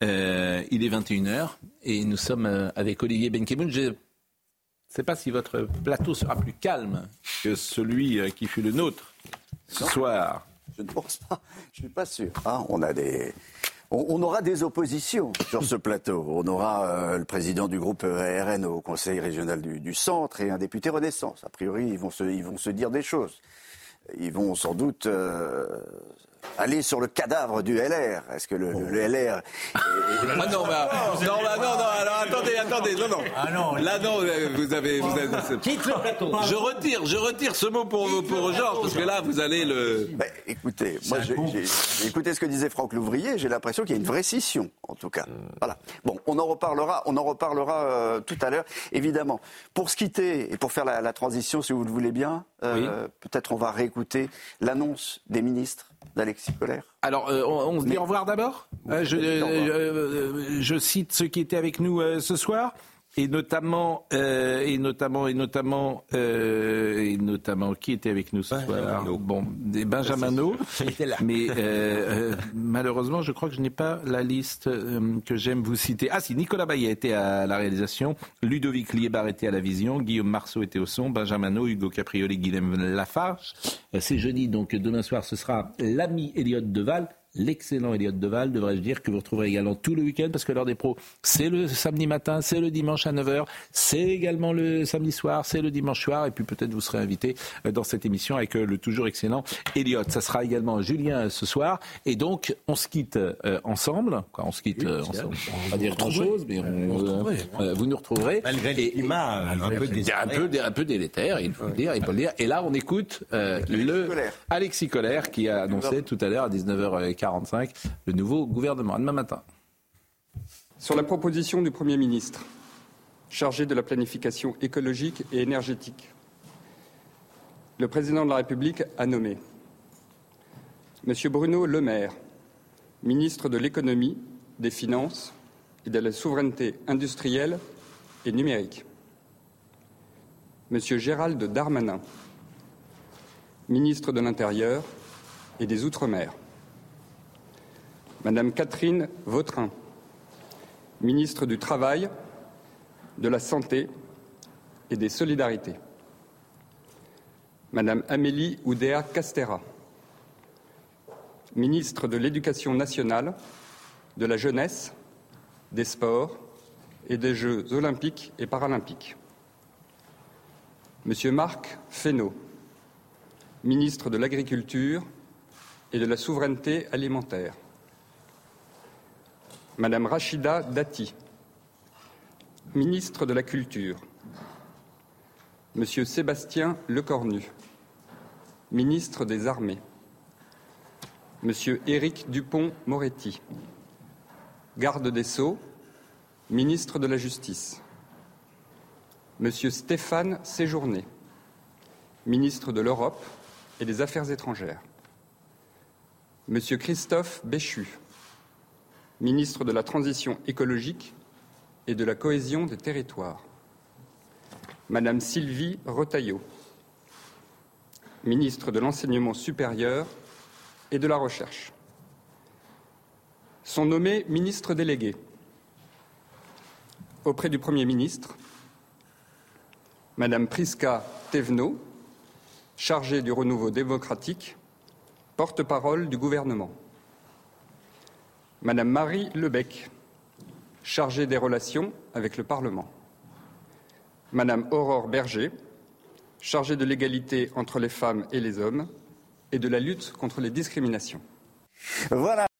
Il est 21h et nous sommes avec Olivier Benkemoun. Je ne sais pas si votre plateau sera plus calme que celui qui fut le nôtre ce soir. Je ne pense pas. Je ne suis pas sûr. On aura des oppositions sur ce plateau. On aura le président du groupe RN au Conseil régional du Centre et un député Renaissance. A priori, ils vont se dire des choses. Ils vont sans doute aller sur le cadavre du LR. Est-ce que le LR... non, alors attendez, non. Ah non, là, non, vous avez... Quitte le plateau. Je retire ce mot pour Georges, parce que là, vous allez le... écoutez, moi, j'ai écouté ce que disait Franck Louvrier, j'ai l'impression qu'il y a une vraie scission, en tout cas. Voilà. Bon, on en reparlera tout à l'heure, évidemment. Pour se quitter, et pour faire la transition, si vous le voulez bien, peut-être on va réécouter l'annonce des ministres d'Alexis Collère. Alors, on se dit au revoir d'abord. Je cite ceux qui étaient avec nous ce soir, et notamment, qui était avec nous ce soir ? Bon, des Benjamino. Mais malheureusement, je crois que je n'ai pas la liste que j'aime vous citer. Ah si, Nicolas Baillet était à la réalisation, Ludovic Liébar était à la vision, Guillaume Marceau était au son, Benjamino, Hugo Caprioli, Guilhem Lafarge. C'est jeudi, donc demain soir, ce sera l'ami Elliott Deval. L'excellent Elliott Deval, devrais-je dire, que vous retrouverez également tout le week-end, parce que l'heure des pros, c'est le samedi matin, c'est le dimanche à 9h, c'est également le samedi soir, c'est le dimanche soir, et puis peut-être vous serez invité dans cette émission avec le toujours excellent Elliott. Ça sera également Julien ce soir, et donc on se quitte ensemble. Quoi, on se quitte ensemble. On va dire grand-chose, mais vous nous retrouverez. Malgré le climat un peu délétère, il faut le dire. Et là, on écoute Alexis Collère qui a annoncé tout à l'heure à 19h45 le nouveau gouvernement. Demain matin. Sur la proposition du Premier ministre, chargé de la planification écologique et énergétique, le Président de la République a nommé M. Bruno Le Maire, ministre de l'Économie, des Finances et de la Souveraineté industrielle et numérique. M. Gérald Darmanin, ministre de l'Intérieur et des Outre-mer. Madame Catherine Vautrin, ministre du Travail, de la Santé et des Solidarités. Madame Amélie Oudéa-Castéra, ministre de l'Éducation nationale, de la Jeunesse, des Sports et des Jeux olympiques et paralympiques. Monsieur Marc Fesneau, ministre de l'Agriculture et de la Souveraineté alimentaire. Madame Rachida Dati, ministre de la Culture. Monsieur Sébastien Lecornu, ministre des Armées. Monsieur Éric Dupond-Moretti, garde des Sceaux, ministre de la Justice. Monsieur Stéphane Séjourné, ministre de l'Europe et des Affaires étrangères. Monsieur Christophe Béchu, ministre de la Transition écologique et de la cohésion des territoires. Madame Sylvie Retailleau, ministre de l'Enseignement supérieur et de la Recherche. Sont nommés ministres délégués auprès du Premier ministre Madame Prisca Thévenot, chargée du renouveau démocratique, porte-parole du gouvernement. Madame Marie Lebec, chargée des relations avec le Parlement. Madame Aurore Berger, chargée de l'égalité entre les femmes et les hommes et de la lutte contre les discriminations. Voilà.